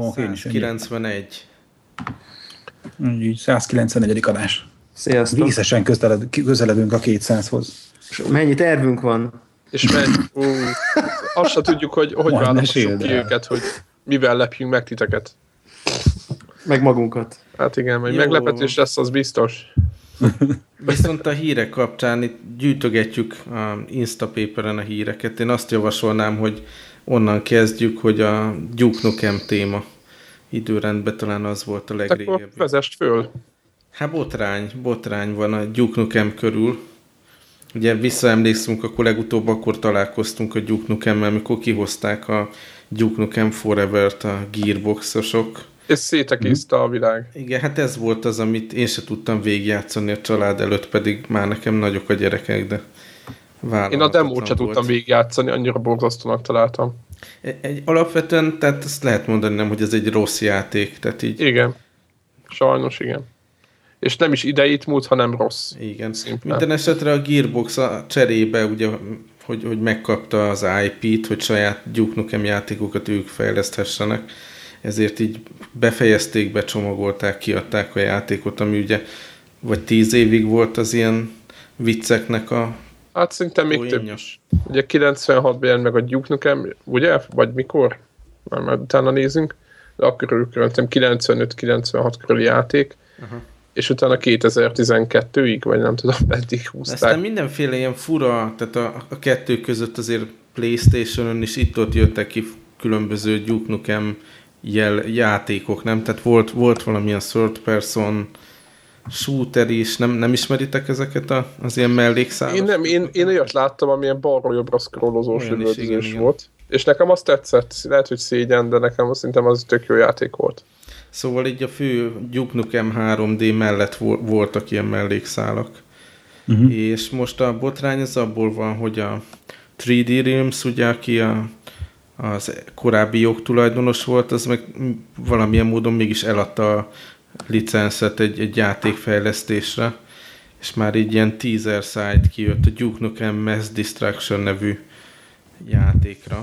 én is. 91. Így 191. adás. Sziasztok. Részesen közeledünk a 200-hoz. Mennyi tervünk van? És azt se tudjuk, hogy választjuk ki őket, hogy mivel lepjünk meg titeket. Meg magunkat. Hát igen, hogy meglepetés lesz, az biztos. Viszont a hírek kapcsán itt gyűjtögetjük a Instapaperen a híreket. Én azt javasolnám, hogy onnan kezdjük, hogy a Duke Nukem téma időrendben talán az volt a legrégebbi. Akkor vezest föl. Hát botrány van a Duke Nukem körül. Ugye visszaemlékszünk, akkor legutóbb akkor találkoztunk a Duke Nukemmel, amikor kihozták a Duke Nukem Forever-t a Gearboxosok. És szétekészte a világ. Igen, hát ez volt az, amit én se tudtam végigjátszani a család előtt, pedig már nekem nagyok a gyerekek, de én a demót se tudtam végigjátszani, annyira borzasztónak találtam. Alapvetően, tehát ezt lehet mondani nem, hogy ez egy rossz játék. Tehát így... Igen, sajnos igen. És nem is idejét múlt, hanem rossz. Igen. Minden esetre a Gearbox a cserébe, ugye, hogy megkapta az IP-t, hogy saját Duke Nukem játékokat ők fejleszthessenek. Ezért így befejezték, becsomagolták, kiadták a játékot, ami ugye vagy 10 évig volt az ilyen vicceknek a... Hát szerintem még több is. Ugye 96-ban jelent meg a Duke Nukem, ugye? Vagy mikor? Már utána nézünk. De akkor szerintem 95-96 körüli játék. Uh-huh. És utána 2012-ig, vagy nem tudom, eddig húzták. Aztán mindenféle ilyen fura, tehát a kettő között azért PlayStation-on is itt-ott jöttek ki különböző Duke Nukem játékok, nem? Tehát volt valamilyen third person shooter is, nem ismeritek ezeket az ilyen mellékszálat? Én olyat láttam, amilyen balról jobbra scrollozós üldözés volt. És nekem azt tetszett, lehet, hogy szégyen, de nekem szerintem az tök jó játék volt. Szóval így a fő Duke Nukem 3D mellett voltak ilyen mellékszálak. Uh-huh. És most a botrány az abból van, hogy a 3D Realms, ugye, aki az korábbi jogtulajdonos volt, az meg valamilyen módon mégis eladta a licenszet egy játékfejlesztésre, és már így ilyen teaser site kijött a Duke Nukem Mass Destruction nevű játékra.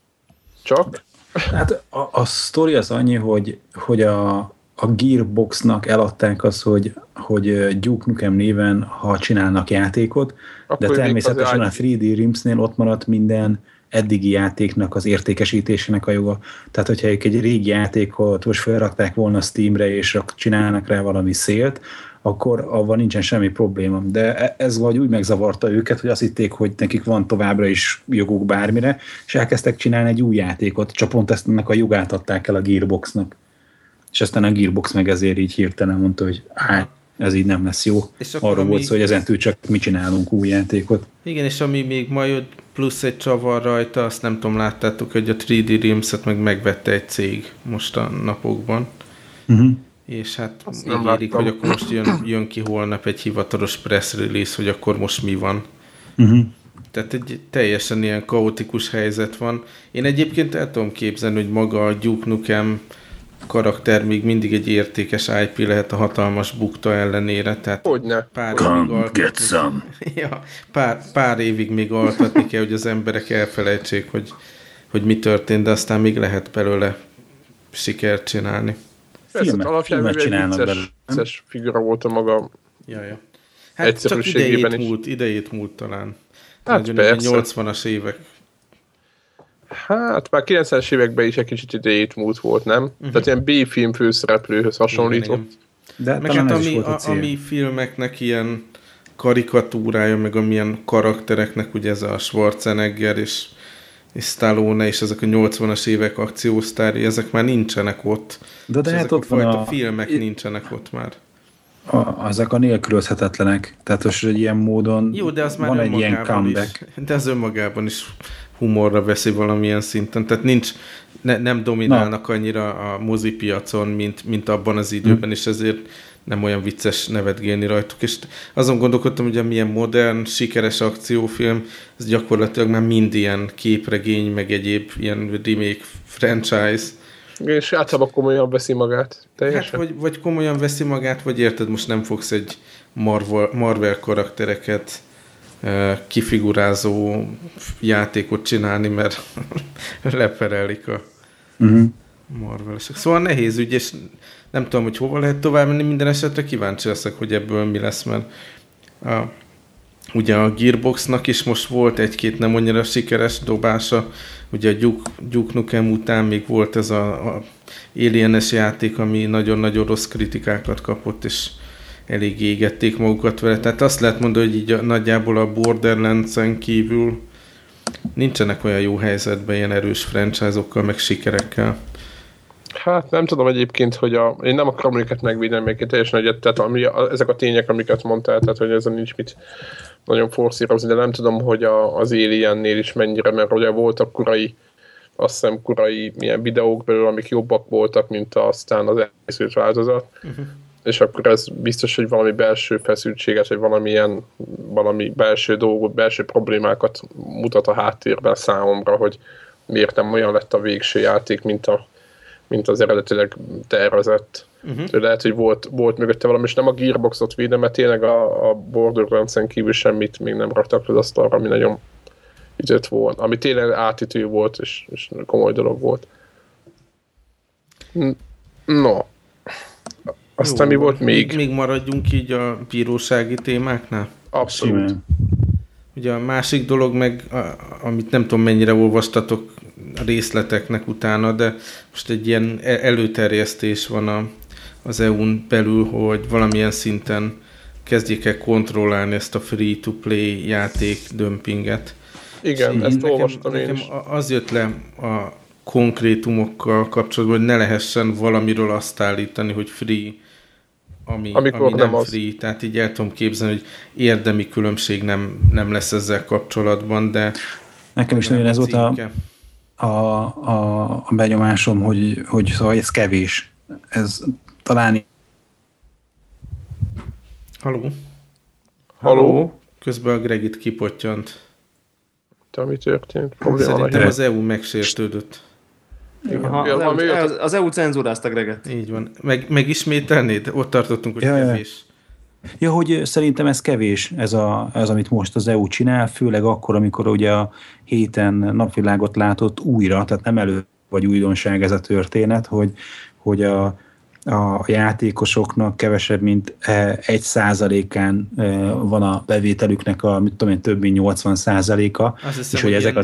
Csak? Hát a sztori az annyi, hogy a Gearboxnak eladták azt, hogy Duke Nukem néven, ha csinálnak játékot, akkor de természetesen a 3D Realmsnél ott maradt minden eddigi játéknak az értékesítésének a joga. Tehát, hogyha egy régi játékot most felrakták volna Steamre, és csinálnak rá valami szélt, akkor avval nincsen semmi probléma. De ez vagy úgy megzavarta őket, hogy azt hitték, hogy nekik van továbbra is joguk bármire, és elkezdtek csinálni egy új játékot, csak pont ezt ennek a jogát adták el a Gearboxnak. És aztán a Gearbox meg ezért így hirtelen mondta, hogy hát ez így nem lesz jó. Arról volt szó, hogy ezentúl csak mi csinálunk új játékot. Igen, és ami még majd plusz egy csavar rajta, azt nem tudom, láttátok, hogy a 3D Realms-et megvette egy cég most a napokban. Uh-huh. És hát ígérik, hogy akkor most jön ki holnap egy hivatalos press release, hogy akkor most mi van. Uh-huh. Tehát egy teljesen ilyen kaotikus helyzet van. Én egyébként el tudom képzelni, hogy maga a Duke Nukem karakter még mindig egy értékes IP lehet a hatalmas bukta ellenére. Tehát hogyne? Pár évig még altatni kell, hogy az emberek elfelejtsék, hogy mi történt, de aztán még lehet belőle sikert csinálni. Persze, alapján egy vicces figura volt a maga hát csak idejét múlt talán. Hát persze. 80-as évek. Hát már 90-es években is egy kicsit idejét múlt volt, nem? Uh-huh. Tehát ilyen B-film főszereplőhöz hasonlított. De meg hát ami filmeknek ilyen karikatúrája, meg amilyen karaktereknek, ugye ez a Schwarzenegger és Stallone és ezek a 80-as évek akciósztári, ezek már nincsenek ott. De hát ezek ott a fajta filmek nincsenek ott már. Ezek a nélkülözhetetlenek. Tehát most egy ilyen módon jó, de az már van egy ilyen comeback. De az önmagában is humorra veszi valamilyen szinten. Tehát nem dominálnak annyira a mozipiacon, mint abban az időben, és ezért nem olyan vicces nevetgélni rajtuk. És azon gondolkodtam, hogy milyen modern, sikeres akciófilm, ez gyakorlatilag már mind ilyen képregény, meg egyéb ilyen remake franchise. És általában komolyan veszi magát. Teljesen. Hát, vagy komolyan veszi magát, vagy érted, most nem fogsz egy Marvel karaktereket kifigurázó játékot csinálni, mert leperelik a Marvelesek. Szóval nehéz ügy, és nem tudom, hogy hova lehet tovább menni, minden esetre kíváncsi leszek, hogy ebből mi lesz, mert ugye a Gearboxnak is most volt egy-két nem annyira sikeres dobása, ugye a Duke Nukem után még volt ez a Alien-es játék, ami nagyon-nagyon rossz kritikákat kapott, és elég égették magukat vele. Tehát azt lehet mondani, hogy így nagyjából a Borderlands-en kívül nincsenek olyan jó helyzetben ilyen erős franchise-okkal, meg sikerekkel. Hát nem tudom egyébként, hogy én nem akarom őket megvédeni, még teljesen egyet, tehát ezek a tények, amiket mondtál, tehát hogy ezen nincs mit nagyon forszírozni, de nem tudom, hogy az Alien-nél is mennyire, mert ugye voltak korai milyen videók belőle, amik jobbak voltak, mint aztán az elkészült változat. És akkor ez biztos, hogy valami belső feszültséget, vagy valami belső dolgot, belső problémákat mutat a háttérben számomra, hogy miért nem olyan lett a végső játék, mint az eredetileg tervezett. Lehet, hogy volt mögötte valami, és nem a Gearboxot védem, mert tényleg a Borderlands-en kívül semmit még nem raktak az asztalra, ami nagyon ütött volt, ami tényleg átütő volt, és komoly dolog volt. No. Aztán mi volt még? Még maradjunk így a bírósági témáknál? Abszolút. Ugye a másik dolog meg, amit nem tudom mennyire olvastatok a részleteknek utána, de most egy ilyen előterjesztés van az EU-n belül, hogy valamilyen szinten kezdjék el kontrollálni ezt a free-to-play játék dömpinget. Igen, ezt olvastam én is. Az jött le a konkrétumokkal kapcsolatban, hogy ne lehessen valamiről azt állítani, hogy free, ami nem free. Tehát így el tudom képzelni, hogy érdemi különbség nem lesz ezzel kapcsolatban, de nekem is nagyon ez volt a benyomásom, hogy szóval ez kevés. Ez talán... Haló? Közben a Gregit kipottyant. Mi történt? Szerintem az EU megsértődött. Az EU cenzúrázta Greget. Így van. Megismételnéd? Ott tartottunk, hogy kevés. Ja, hogy szerintem ez kevés, ez amit most az EU csinál, főleg akkor, amikor ugye a héten napvilágot látott újra, tehát nem elő vagy újdonság ez a történet, hogy a játékosoknak kevesebb, mint 1%-án van a bevételüknek több mint 80%-a. Azt hiszem, és hogy ezek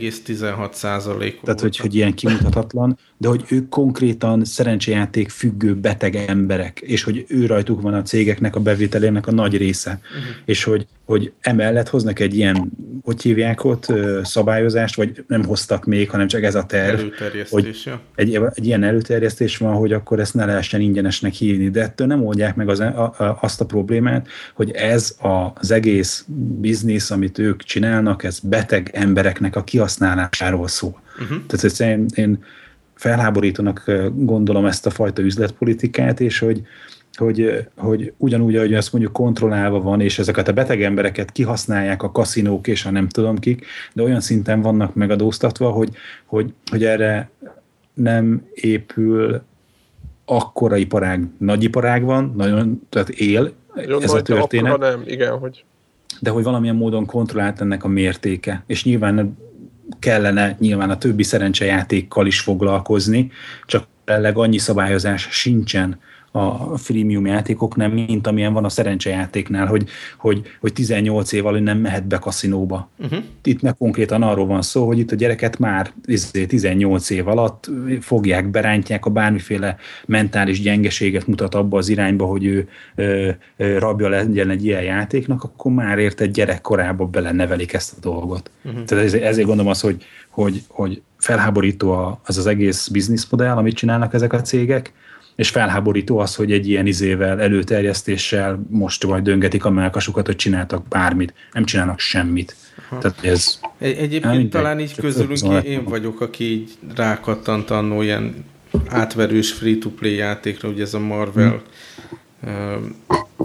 0,16%. Tehát, hogy ilyen kimutathatatlan, de hogy ők konkrétan szerencsejáték függő beteg emberek, és hogy ő rajtuk van a cégeknek a bevételének a nagy része. És hogy emellett hoznak egy ilyen, hogy hívják ott, szabályozást, vagy nem hoztak még, hanem csak ez a terv. Előterjesztés, ja. Egy ilyen előterjesztés van, hogy akkor ezt ne lehessen ingyenesnek hívni, de ettől nem oldják meg azt a problémát, hogy ez az egész biznisz, amit ők csinálnak, ez beteg embereknek a kihasználásáról szól. Tehát én felháborítónak gondolom ezt a fajta üzletpolitikát, és hogy ugyanúgy, ahogy azt mondjuk kontrollálva van, és ezeket a beteg embereket kihasználják a kaszinók és a nem tudom kik, de olyan szinten vannak megadóztatva, hogy erre nem épül akkora iparág. Nagy iparág van, nagyon, tehát él ez a történet. Nem, igen, hogy... De hogy valamilyen módon kontrollált ennek a mértéke. És nyilván kellene a többi szerencsejátékkal is foglalkozni, csak jelenleg annyi szabályozás sincsen a freemium játékoknál, mint amilyen van a szerencsejátéknál, hogy 18 év alatt nem mehet be kaszinóba. Itt meg konkrétan arról van szó, hogy itt a gyereket már 18 év alatt fogják, berántják, a bármiféle mentális gyengeséget mutat abba az irányba, hogy ő rabja legyen egy ilyen játéknak, akkor már érted gyerekkorában belenevelik ezt a dolgot. Tehát ezért gondolom azt, hogy felháborító az egész bizniszmodell, amit csinálnak ezek a cégek, és felháborító az, hogy egy ilyen előterjesztéssel most majd döngetik a mellkasukat, hogy csináltak bármit. Nem csinálnak semmit. Tehát ez... Egyébként talán így közülünk én vagyok, aki így rákattant annó ilyen átverős free-to-play játékra, ugye ez a Marvel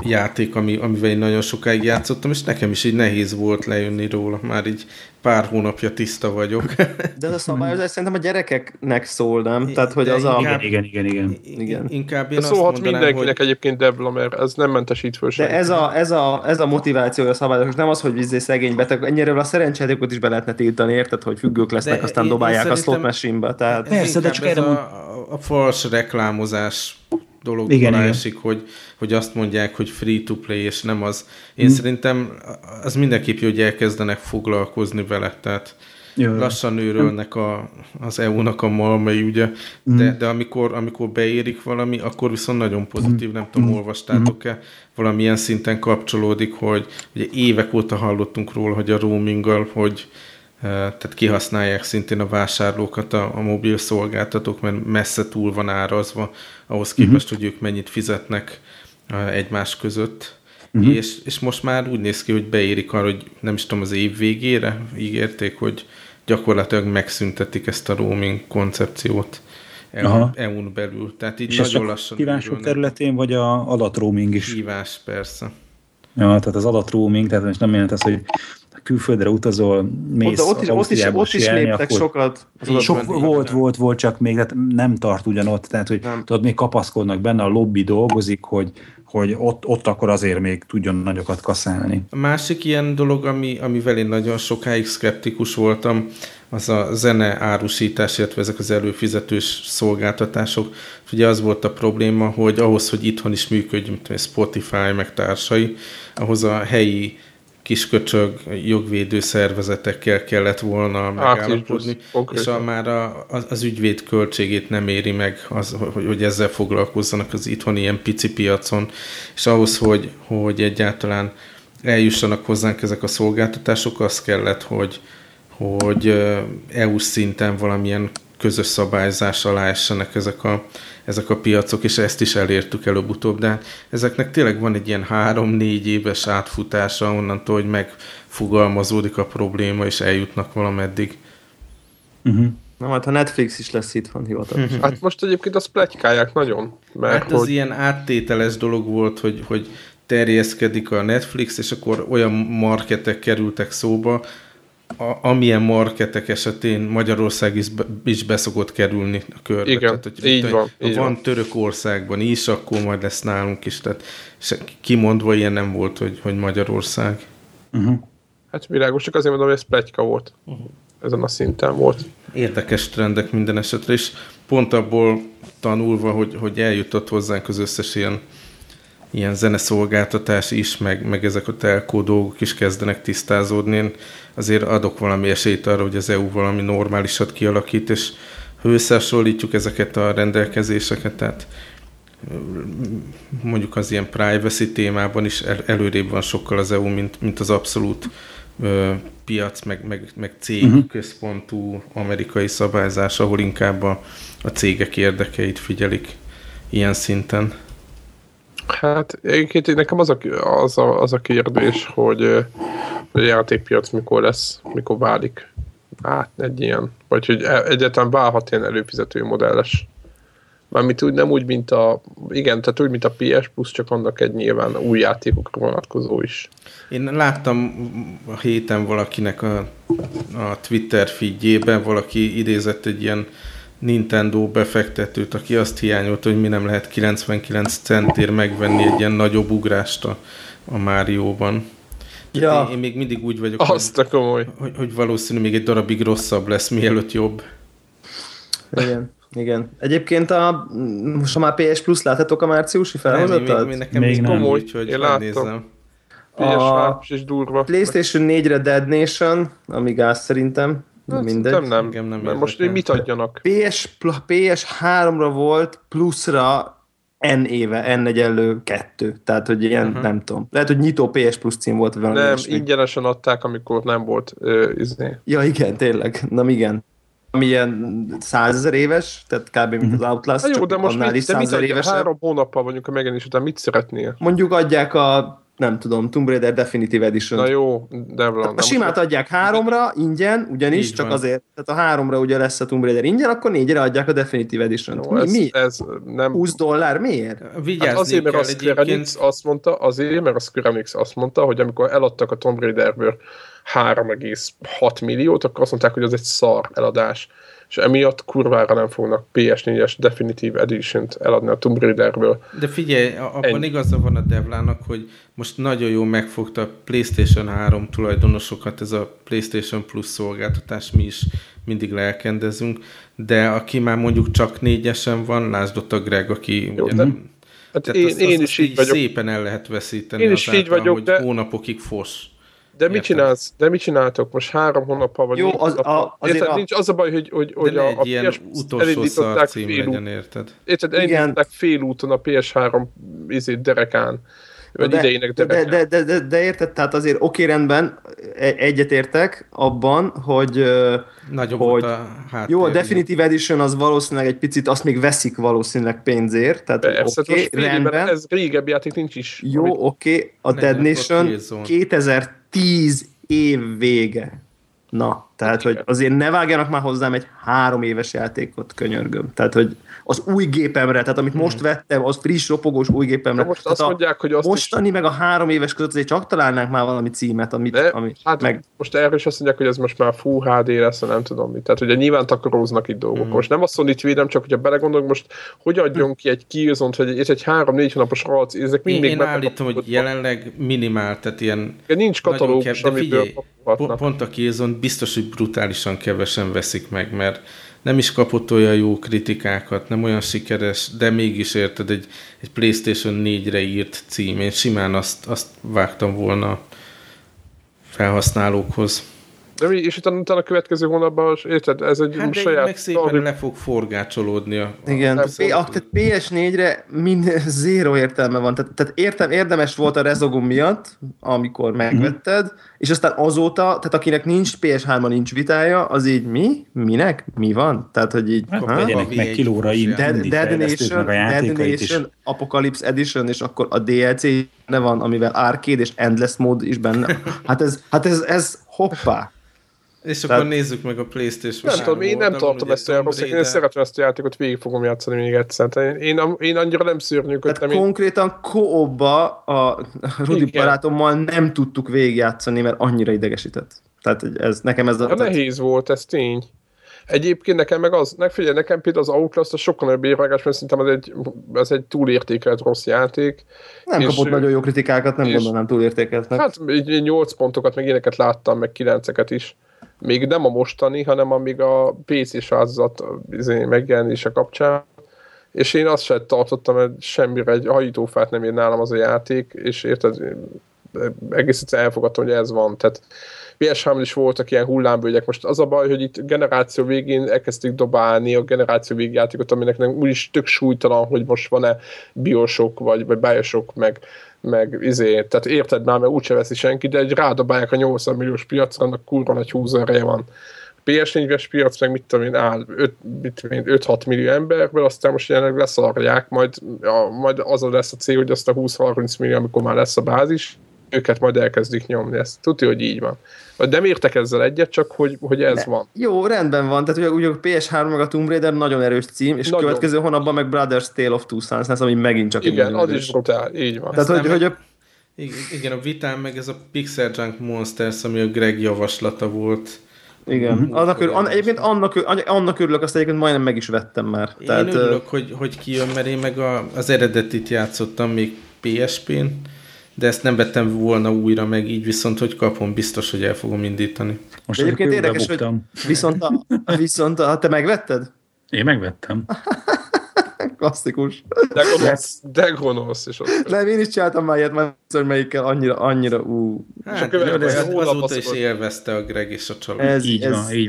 játék, amivel én nagyon sokáig játszottam, és nekem is így nehéz volt lejönni róla, már így pár hónapja tiszta vagyok. De az a szabályozás szerintem a gyerekeknek szól, nem? Tehát, hogy az inkább, igen. Inkább én szólhat azt mondanám, mindenkinek egyébként Debla, mert ez nem mentesít föl de ez a motiváció a szabályozás, nem az, hogy szegény beteg, ennyire a szerencsejátékot is be lehetne tiltani, érted, hogy függők lesznek, de aztán dobálják a slot machine-be. Tehát... Persze, de csak erre a fals reklámozás dologban esik, hogy azt mondják, hogy free-to-play, és nem az. Én szerintem az mindenképp jó, hogy elkezdenek foglalkozni vele, tehát lassan őrölnek az EU-nak a malmai, ugye, de amikor beérik valami, akkor viszont nagyon pozitív, nem tudom, olvastátok-e, valamilyen szinten kapcsolódik, hogy ugye évek óta hallottunk róla, hogy a roaminggal, hogy tehát kihasználják szintén a vásárlókat a mobil szolgáltatók, mert messze túl van árazva, ahhoz képest, hogy ők mennyit fizetnek egymás között. És most már úgy néz ki, hogy beérik arra, hogy nem is tudom, az év végére ígérték, hogy gyakorlatilag megszüntetik ezt a roaming koncepciót EU-n belül. Tehát így és nagyon lassan... Kívások területén, vagy a adatroaming is? Kívás, persze. Ja, tehát az adatroaming, tehát most nem jelent az, hogy külföldre utazol, mész ott is léptek sokat. Volt, csak még tehát nem tart ugyanott, tehát hogy tudod, még kapaszkodnak benne, a lobby dolgozik, hogy ott akkor azért még tudjon nagyokat kaszálni. A másik ilyen dolog, amivel én nagyon sokáig szkeptikus voltam, az a zene árusítás, illetve ezek az előfizetős szolgáltatások. Ugye az volt a probléma, hogy ahhoz, hogy itthon is működjön, mint Spotify meg társai, ahhoz a helyi kisköcsög jogvédő szervezetekkel kellett volna megállapodni, és már az ügyvéd költségét nem éri meg, hogy ezzel foglalkozzanak az itthoni ilyen pici piacon, és ahhoz, hogy egyáltalán eljussanak hozzánk ezek a szolgáltatások, az kellett, hogy EU szinten valamilyen közös szabályzás alá essenek ezek a piacok, és ezt is elértük előbb-utóbb, de ezeknek tényleg van egy ilyen 3-4 éves átfutása onnantól, hogy megfogalmazódik a probléma, és eljutnak valameddig. Na majd, ha Netflix is lesz itthon hivatalosan. Hát most egyébként azt pletykálják nagyon. Mert hát az ilyen áttételes dolog volt, hogy terjeszkedik a Netflix, és akkor olyan marketek kerültek szóba, amilyen marketek esetén Magyarország is beszokott kerülni a körbe. Igen, tehát, így van. Van Törökországban is, akkor majd lesz nálunk is. Tehát, és kimondva ilyen nem volt, hogy Magyarország. Hát világos, csak azért mondom, hogy ez pletyka volt. Ezen a szinten volt. Érdekes trendek minden esetre, és pont abból tanulva, hogy eljutott hozzánk az összes ilyen zeneszolgáltatás is, meg ezek a telkó dolgok is kezdenek tisztázódni. Én azért adok valami esélyt arra, hogy az EU valami normálisat kialakít, és ha összehasonlítjuk ezeket a rendelkezéseket, tehát mondjuk az ilyen privacy témában is előrébb van sokkal az EU, mint az abszolút piac, meg cég központú amerikai szabályzás, ahol inkább a cégek érdekeit figyelik ilyen szinten. Hát egyébként nekem az a kérdés, hogy a játékpiac mikor lesz, mikor válik át egy ilyen, vagy hogy egyáltalán válhat ilyen előfizető modelles. Mármint úgy, nem úgy, mint tehát úgy, mint a PS Plus, csak annak egy nyilván új játékokra vonatkozó is. Én láttam a héten valakinek a Twitter feedjében, valaki idézett egy ilyen Nintendo befektetőt, aki azt hiányolta, hogy mi nem lehet 99 centért megvenni egy ilyen nagyobb ugrást a Mario-ban. Ja. Én még mindig úgy vagyok, hogy valószínű még egy darabig rosszabb lesz, mielőtt jobb. Igen. Egyébként most már PS Plus láthatok a márciusi felhozatot? Nekem még komoly, úgyhogy megnézem. PS3 is durva. PlayStation 4-re Dead Nation, ami gáz szerintem. Mindegy. Nem. Mert most mit adjanak? PS3-ra volt pluszra N éve, N egyenlő 2. Tehát, hogy ilyen, nem tudom. Lehet, hogy nyitó PS Plus cím volt. Nem, ingyenesen adták, amikor nem volt Ja, igen, tényleg. Nem, igen. Ami ilyen 100 000 éves, tehát kb. Mint az Outlast, jó, de most mit adják? 3 hónappal vagyunk a megjelenés után, mit szeretnél? Mondjuk adják a nem tudom, Tomb Raider Definitive Edition. Na jó, Devlon. A simát adják 3-ra ingyen, ugyanis, csak azért, tehát a 3-ra ugye lesz a Tomb Raider ingyen, akkor 4-re adják a Definitive Edition-t. Mi? Ez nem... $20? Miért? Hát azért, mert a Square Enix azt mondta, hogy amikor eladtak a Tomb Raiderből 3,6 milliót, akkor azt mondták, hogy az egy szar eladás. És emiatt kurvára nem fognak PS4-es Definitive Edition-t eladni a Tomb Raiderből. De figyelj, abban igaza van a Devlának, hogy most nagyon jól megfogta a PlayStation 3 tulajdonosokat, ez a PlayStation Plus szolgáltatás, mi is mindig lelkendezünk, de aki már mondjuk csak 4-esen van, lásd ott a Greg, aki jó, ugye, hát én is így vagyok. Szépen el lehet veszíteni én is így vagyok, hogy hónapokig fos. De mit csináltok? Most 3 hónappal vagy? Jó, nincs az a baj, hogy a ilyen utolsó szar cím legyen, érted? Érted, elindították félúton a PS3 derekán. De érted, tehát azért oké, rendben, egyetértek abban, hogy nagyobb volt a háttér. Jó, a Definitive Edition az valószínűleg egy picit, azt még veszik valószínűleg pénzért, tehát oké, rendben. Ez régebbi játék nincs is. Jó, oké, a Dead Nation 2010 év vége. Na, tehát, hogy azért ne vágjanak már hozzám egy 3 éves játékot, könyörgöm. Tehát, hogy az új gépemre, tehát amit most vettem, az friss, ropogós új gépemre. De most azt mondják, hogy azt mostani meg a 3 éves között azért csak találnánk már valami címet, amit hát meg... most erről is azt mondják, hogy ez most már Full HD lesz, nem tudom mit. Tehát ugye nyilván takaróznak itt dolgok. Most nem a Sony-t védem, csak hogyha belegondolok, most hogy adjon ki egy Killzone-t, vagy egy 3-4 hónapos rajz, ezek mindig... Én állítom, hogy jelenleg minimál, tehát ilyen... Nincs katalógus, amiből pont a Killzone biztos, hogy brutálisan kevesen veszik meg, mert nem is kapott olyan jó kritikákat, nem olyan sikeres, de mégis érted, egy PlayStation 4-re írt cím. Én simán azt vágtam volna felhasználókhoz. De mi, és utána a következő hónapban, érted, ez egy saját... meg szépen le fog forgácsolódni. Igen, tehát PS4-re zéro értelme van. Tehát érdemes volt a rezogum miatt, amikor megvetted, és aztán azóta, tehát akinek nincs PS3-ban nincs vitája, az így mi? Minek? Mi van? Tehát, hogy így... Vegyenek meg kilóra Dead Nation, Apocalypse Edition, és akkor a DLC ne van, amivel Arcade és Endless Mode is benne. Hát ez hoppá! És akkor nézzük meg a PlayStation. Nem tudom, én nem tartom ezt olyan rosszak, én szeretem ezt a játékot, végig fogom játszani még egyszer. Én annyira nem szörnyűködtem. Tehát konkrétan co-opba a Rudi barátommal nem tudtuk végigjátszani, mert annyira idegesített. Tehát nekem ez a... nehéz volt, ez tény. Egyébként nekem meg az, figyelj, nekem például az Outlast az sokkal nagyobb érvágás, mert szerintem ez egy túlértékelt rossz játék. Nem kapott nagyon jó kritikákat, nem gondolnám túlértékeltnek. Hát 8 pontokat, meg ilyeneket láttam, meg 9-eket is. Még nem a mostani, hanem amíg a PC-s változat megjelenése kapcsán. És én azt sem tartottam, hogy semmire egy hajítófát nem ér nálam az a játék, és érted, egész egyszerűen elfogadtam, hogy ez van. Tehát PS3-on is voltak ilyen hullámvölgyek. Most az a baj, hogy itt generáció végén elkezdték dobálni a generáció végi játékot, aminek úgyis tök súlytalan, hogy most van-e Bioshock, vagy Bioshock, meg tehát érted már, mert úgyse veszi senki, de egy rádobálják a 80 milliós piacra, annak kurva nagy húzóereje van. PS4-es piac meg mit tudom én áll 5-6 millió emberből, aztán most jelenleg leszarják, majd az lesz a cél, hogy azt a 20-30 millió, amikor már lesz a bázis, őket majd elkezdik nyomni. Ezt tudja, hogy így van. Nem értek ezzel egyet, csak hogy ez van. Jó, rendben van. Tehát ugye a PS3 meg a Tomb Raider nagyon erős cím, és a következő hónapban meg Brothers Tale of Two Sons lesz, ami megint csak igen, az is brutál, így van. Tehát, igen, a vitán meg ez a Pixel Junk Monsters, ami a Greg javaslata volt. Igen. Egyébként annak örülök, azt egyébként majdnem meg is vettem már. Én örülök, hogy kijön, mert én meg az eredetit játszottam még PSP-n, de ezt nem vettem volna újra meg, így viszont, hogy kapom, biztos, hogy el fogom indítani. Most egyébként érdekes, hogy viszont te megvetted? Én megvettem. Klasszikus. De gonosz is ott. Nem, én is csináltam már ilyet, hogy melyikkel annyira Hát, azóta is élvezte a Greg és a család. Ez így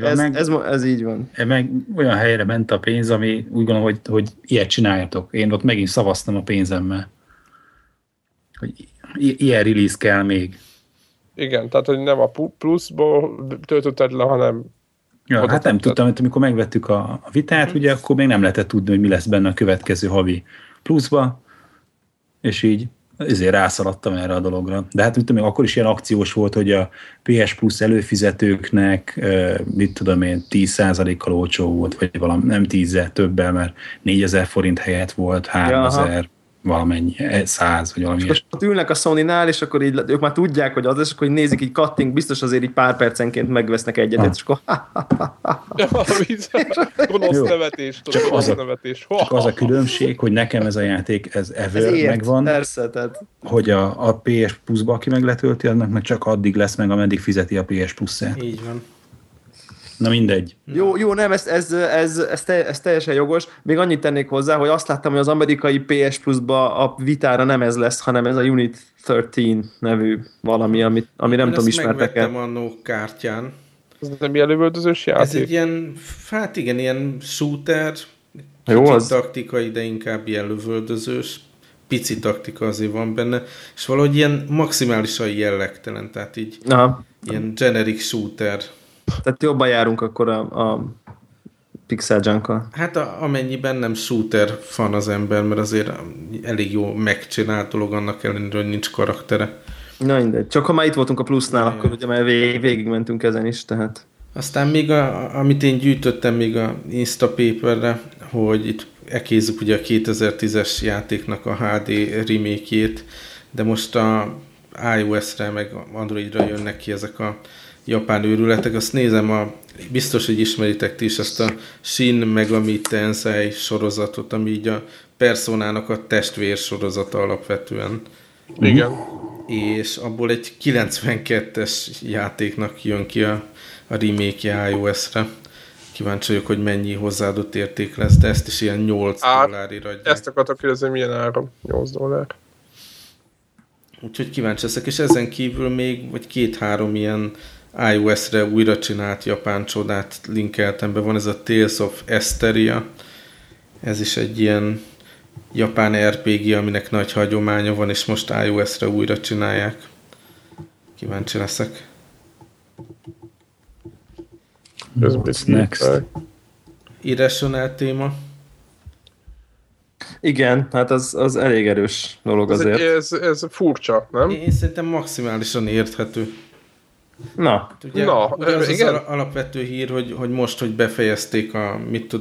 van. Meg olyan helyre ment a pénz, ami úgy gondolom, hogy ilyet csináljatok. Én ott megint szavaztam a pénzemmel. Hogy ilyen release kell még. Igen, tehát hogy nem a pluszból töltötted le, hanem ja, hát nem tudtam, hogy amikor megvettük a vitát, ugye akkor még nem lehetett tudni, hogy mi lesz benne a következő havi pluszba, és így ezért rászaladtam erre a dologra. De hát mit tudom, akkor is ilyen akciós volt, hogy a PS Plus előfizetőknek, mit tudom én, 10%-kal olcsó volt, vagy valami, nem 10-zel többel, mert 4000 forint helyett volt 3000, valamennyi, 100, vagy valami. És ott ülnek a Sony-nál, és akkor így, ők már tudják, hogy az, és akkor így nézik, így katting, biztos azért így pár percenként megvesznek egyet, és akkor gonosz nevetés. Csak az a különbség, hogy nekem ez a játék, ez ever megvan, persze, tehát. hogy a PS Plus-ba, aki meg letölti, annak meg csak addig lesz meg, ameddig fizeti a PS Plus-et. Így van. Na mindegy. Jó, nem, ez teljesen jogos. Még annyit tennék hozzá, hogy azt láttam, hogy az amerikai PS Plus-ba a vitára nem ez lesz, hanem ez a Unit 13 nevű valami, ami nem tudom, ismertek el. Ezt megvettem annó kártyán. Ez nem ilyen lövöldözős játék? Ez egy ilyen, hát igen, ilyen shooter, kicsit taktikai, de inkább ilyen lövöldözős. Pici taktika azért van benne, és valahogy ilyen maximálisan jellegtelen, tehát így ilyen generic shooter. Tehát jobban járunk akkor a Pixel Junk-kal. Hát amennyiben nem shooter fan az ember, mert azért elég jó megcsinált dolog annak ellenére, hogy nincs karaktere. Na mindegy. Csak ha már itt voltunk a Plusnál, akkor ugye már végigmentünk ezen is, tehát. Aztán még amit én gyűjtöttem még a Instapaperre, hogy itt ekézzük ugye a 2010-es játéknak a HD remake-jét, de most a iOS-re meg Androidra jönnek ki ezek a japán őrületek. Azt nézem, biztos, hogy ismeritek ti is ezt a Shin Megami Tensei sorozatot, ami így a Personának a testvér sorozata alapvetően. Igen. És abból egy 92-es játéknak jön ki a remake-je iOS-re. Kíváncsi vagyok, hogy mennyi hozzáadott érték lesz, de ezt is ilyen $8 adják. Ezt akartak kérdezni, milyen áram? $8. Úgyhogy kíváncsi leszek, és ezen kívül még, vagy 2-3 ilyen iOS-re újra csinált japán csodát linkeltem be. Van ez a Tales of Esteria. Ez is egy ilyen japán RPG, aminek nagy hagyománya van, és most iOS-re újra csinálják. Kíváncsi leszek. What's next? Irrational téma. Igen, hát az elég erős dolog azért. Ez furcsa, nem? Én szerintem maximálisan érthető. Na. Ugye az igen? Az alapvető hír, hogy most, hogy befejezték a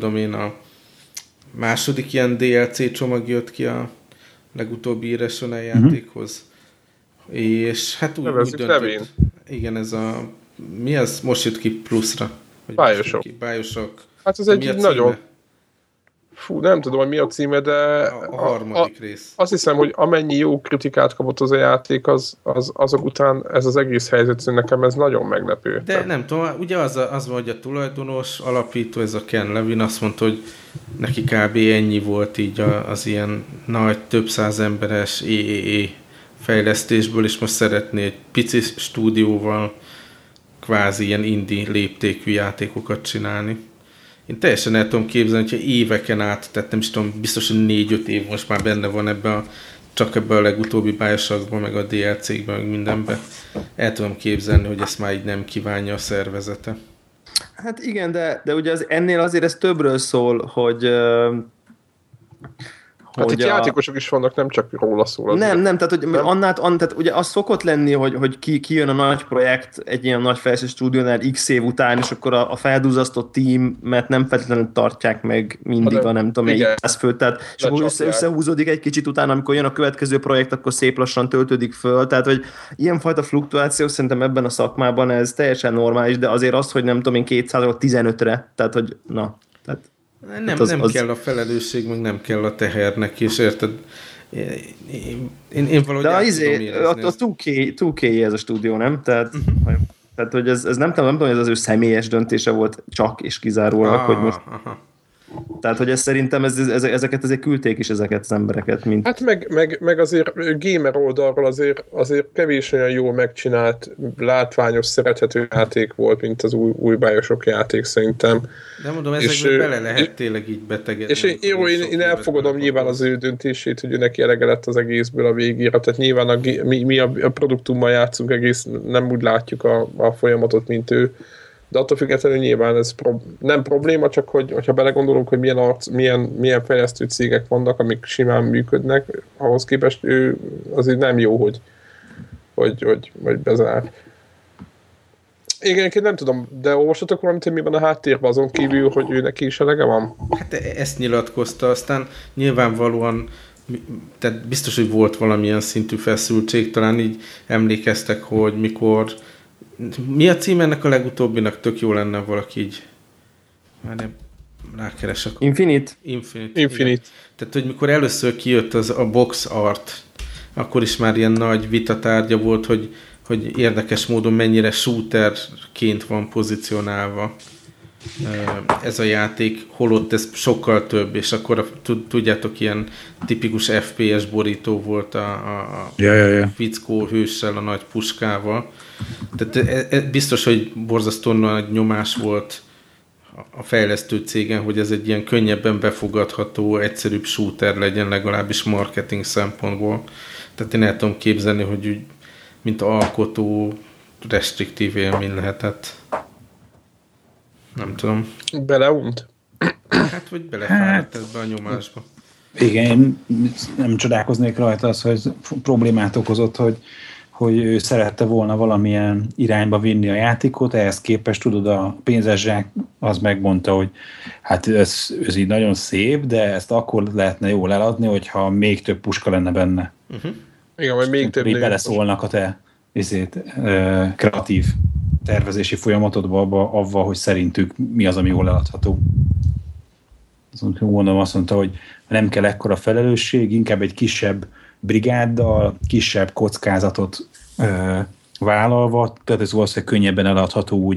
második ilyen DLC csomag jött ki a legutóbbi Irrational játékhoz. És hát úgy döntött. Igen, ez mi ez? Most jött ki Plusra. Bioshock. Hát ez egy nagyon... Fú, nem tudom, hogy mi a címe, de... A harmadik rész. Azt hiszem, hogy amennyi jó kritikát kapott az a játék, azok után ez az egész helyzet, nekem ez nagyon meglepő. De nem tudom, ugye az van, hogy a tulajdonos alapító, ez a Ken Levin, azt mondta, hogy neki kb. Ennyi volt így az ilyen nagy, több száz emberes EEE fejlesztésből, és most szeretné egy pici stúdióval kvázi ilyen indie léptékű játékokat csinálni. Én teljesen el tudom képzelni, hogyha éveken át, tehát nem is tudom, biztos, hogy 4-5 év most már benne van csak ebbe a legutóbbi Bioshockban, meg a DLC-kben, meg mindenben. El tudom képzelni, hogy ezt már így nem kívánja a szervezete. Hát igen, de ugye ennél azért ez többről szól, hogy hát itt játékosok is vannak, nem csak róla szól. Nem, tehát, hogy tehát ugye az szokott lenni, hogy ki jön a nagy projekt egy ilyen nagy fejlesztő stúdiónál X év után, és akkor a feldúzasztott teamet nem feltétlenül tartják meg mindig a nem tudom, 100 főt, tehát és akkor összehúzódik egy kicsit utána, amikor jön a következő projekt, akkor szép lassan töltődik föl, tehát hogy ilyenfajta fluktuáció szerintem ebben a szakmában ez teljesen normális, de azért az, hogy nem tudom én 200-ról 15-re, tehát hogy na, tehát nem kell a felelősség, meg nem kell a tehernek, és érted? Én valahogy át tudom érezni. A 2K ez a stúdió, nem? Tehát, tehát hogy ez nem tudom, hogy ez az ő személyes döntése volt csak és kizárólag, hogy most... Tehát, hogy ez szerintem ezeket azért küldték is ezeket az embereket. Mint... Hát meg azért gamer oldalról azért kevés olyan jól megcsinált, látványos, szerethető játék volt, mint az új Bioshock játék szerintem. De mondom, ezekben bele lehet tényleg így betegedni. És én elfogadom nyilván az ő döntését, hogy ő neki elege lett az egészből a végére. Tehát nyilván mi a produktummal játszunk egész, nem úgy látjuk a folyamatot, mint ő. De attól függetlenül nyilván ez nem probléma, csak hogyha belegondolunk, hogy milyen fejlesztő cégek vannak, amik simán működnek, ahhoz képest ő azért nem jó, hogy bezár. Igen, nem tudom, de olvastatok valamit, hogy mi van a háttérben azon kívül, hogy ő neki is elege van? Hát ezt nyilatkozta, aztán nyilvánvalóan, tehát biztos, hogy volt valamilyen szintű feszültség, talán így emlékeztek, hogy mikor, mi a cím ennek a legutóbbinak, tök jó lenne valaki így, már nem rákeres akkor. Infinite. Tehát, hogy mikor először kijött a box art, akkor is már ilyen nagy vitatárgya volt, hogy érdekes módon mennyire shooterként van pozícionálva ez a játék, holott ez sokkal több, és akkor tudjátok, ilyen tipikus FPS borító volt a fickó hőssel, a nagy puskával. Tehát biztos, hogy borzasztóan nagy nyomás volt a fejlesztő cégen, hogy ez egy ilyen könnyebben befogadható, egyszerűbb shooter legyen, legalábbis marketing szempontból. Tehát én el tudom képzelni, hogy úgy, mint alkotó, restriktív élmény lehetett. Nem tudom. Beleunt? Hát, vagy belefáradt ebbe a nyomásba. Igen, én nem csodálkoznék rajta az, hogy problémát okozott, hogy ő szerette volna valamilyen irányba vinni a játékot, ehhez képest tudod, a pénzes zsák az megmondta, hogy hát ez így nagyon szép, de ezt akkor lehetne jól eladni, hogyha még több puska lenne benne. Igen, vagy még több beleszólnak a te kreatív tervezési folyamatodba avval, hogy szerintük mi az, ami jól eladható. Mondom, azt mondta, hogy nem kell ekkora felelősség, inkább egy kisebb brigáddal, kisebb kockázatot vállalva, tehát ez valószínűleg könnyebben eladható úgy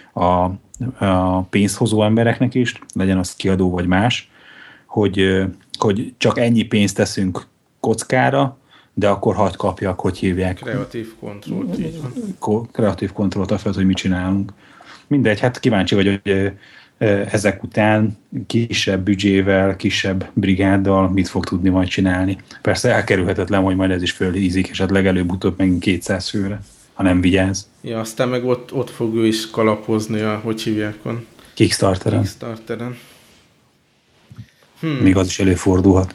a pénzhozó embereknek is, legyen az kiadó vagy más, hogy csak ennyi pénzt teszünk kockára, de akkor hadd kapjak, hogy hívják. Kreatív kontrollt, így van. Kreatív kontrollt afel, hogy mit csinálunk. Mindegy, hát kíváncsi vagy, hogy ezek után kisebb büdzsével, kisebb brigáddal mit fog tudni majd csinálni. Persze elkerülhetetlen, hogy majd ez is fölhízik, és hát legelőbb-utóbb megint 200 főre, ha nem vigyáz. Ja, aztán meg ott fog ő is kalapozni hogy hívják van? Kickstarteren. Még az is előfordulhat.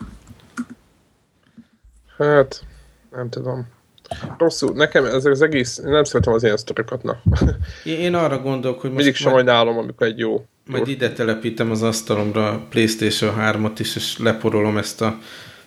Hát, nem tudom. Rosszul, nekem ez az egész, nem szeretem az ilyen sztorikat, na. Én arra gondolok, hogy most... Mindig sajnálom, amikor egy jó... Majd ide telepítem az asztalomra a PlayStation 3-at is, és leporolom ezt a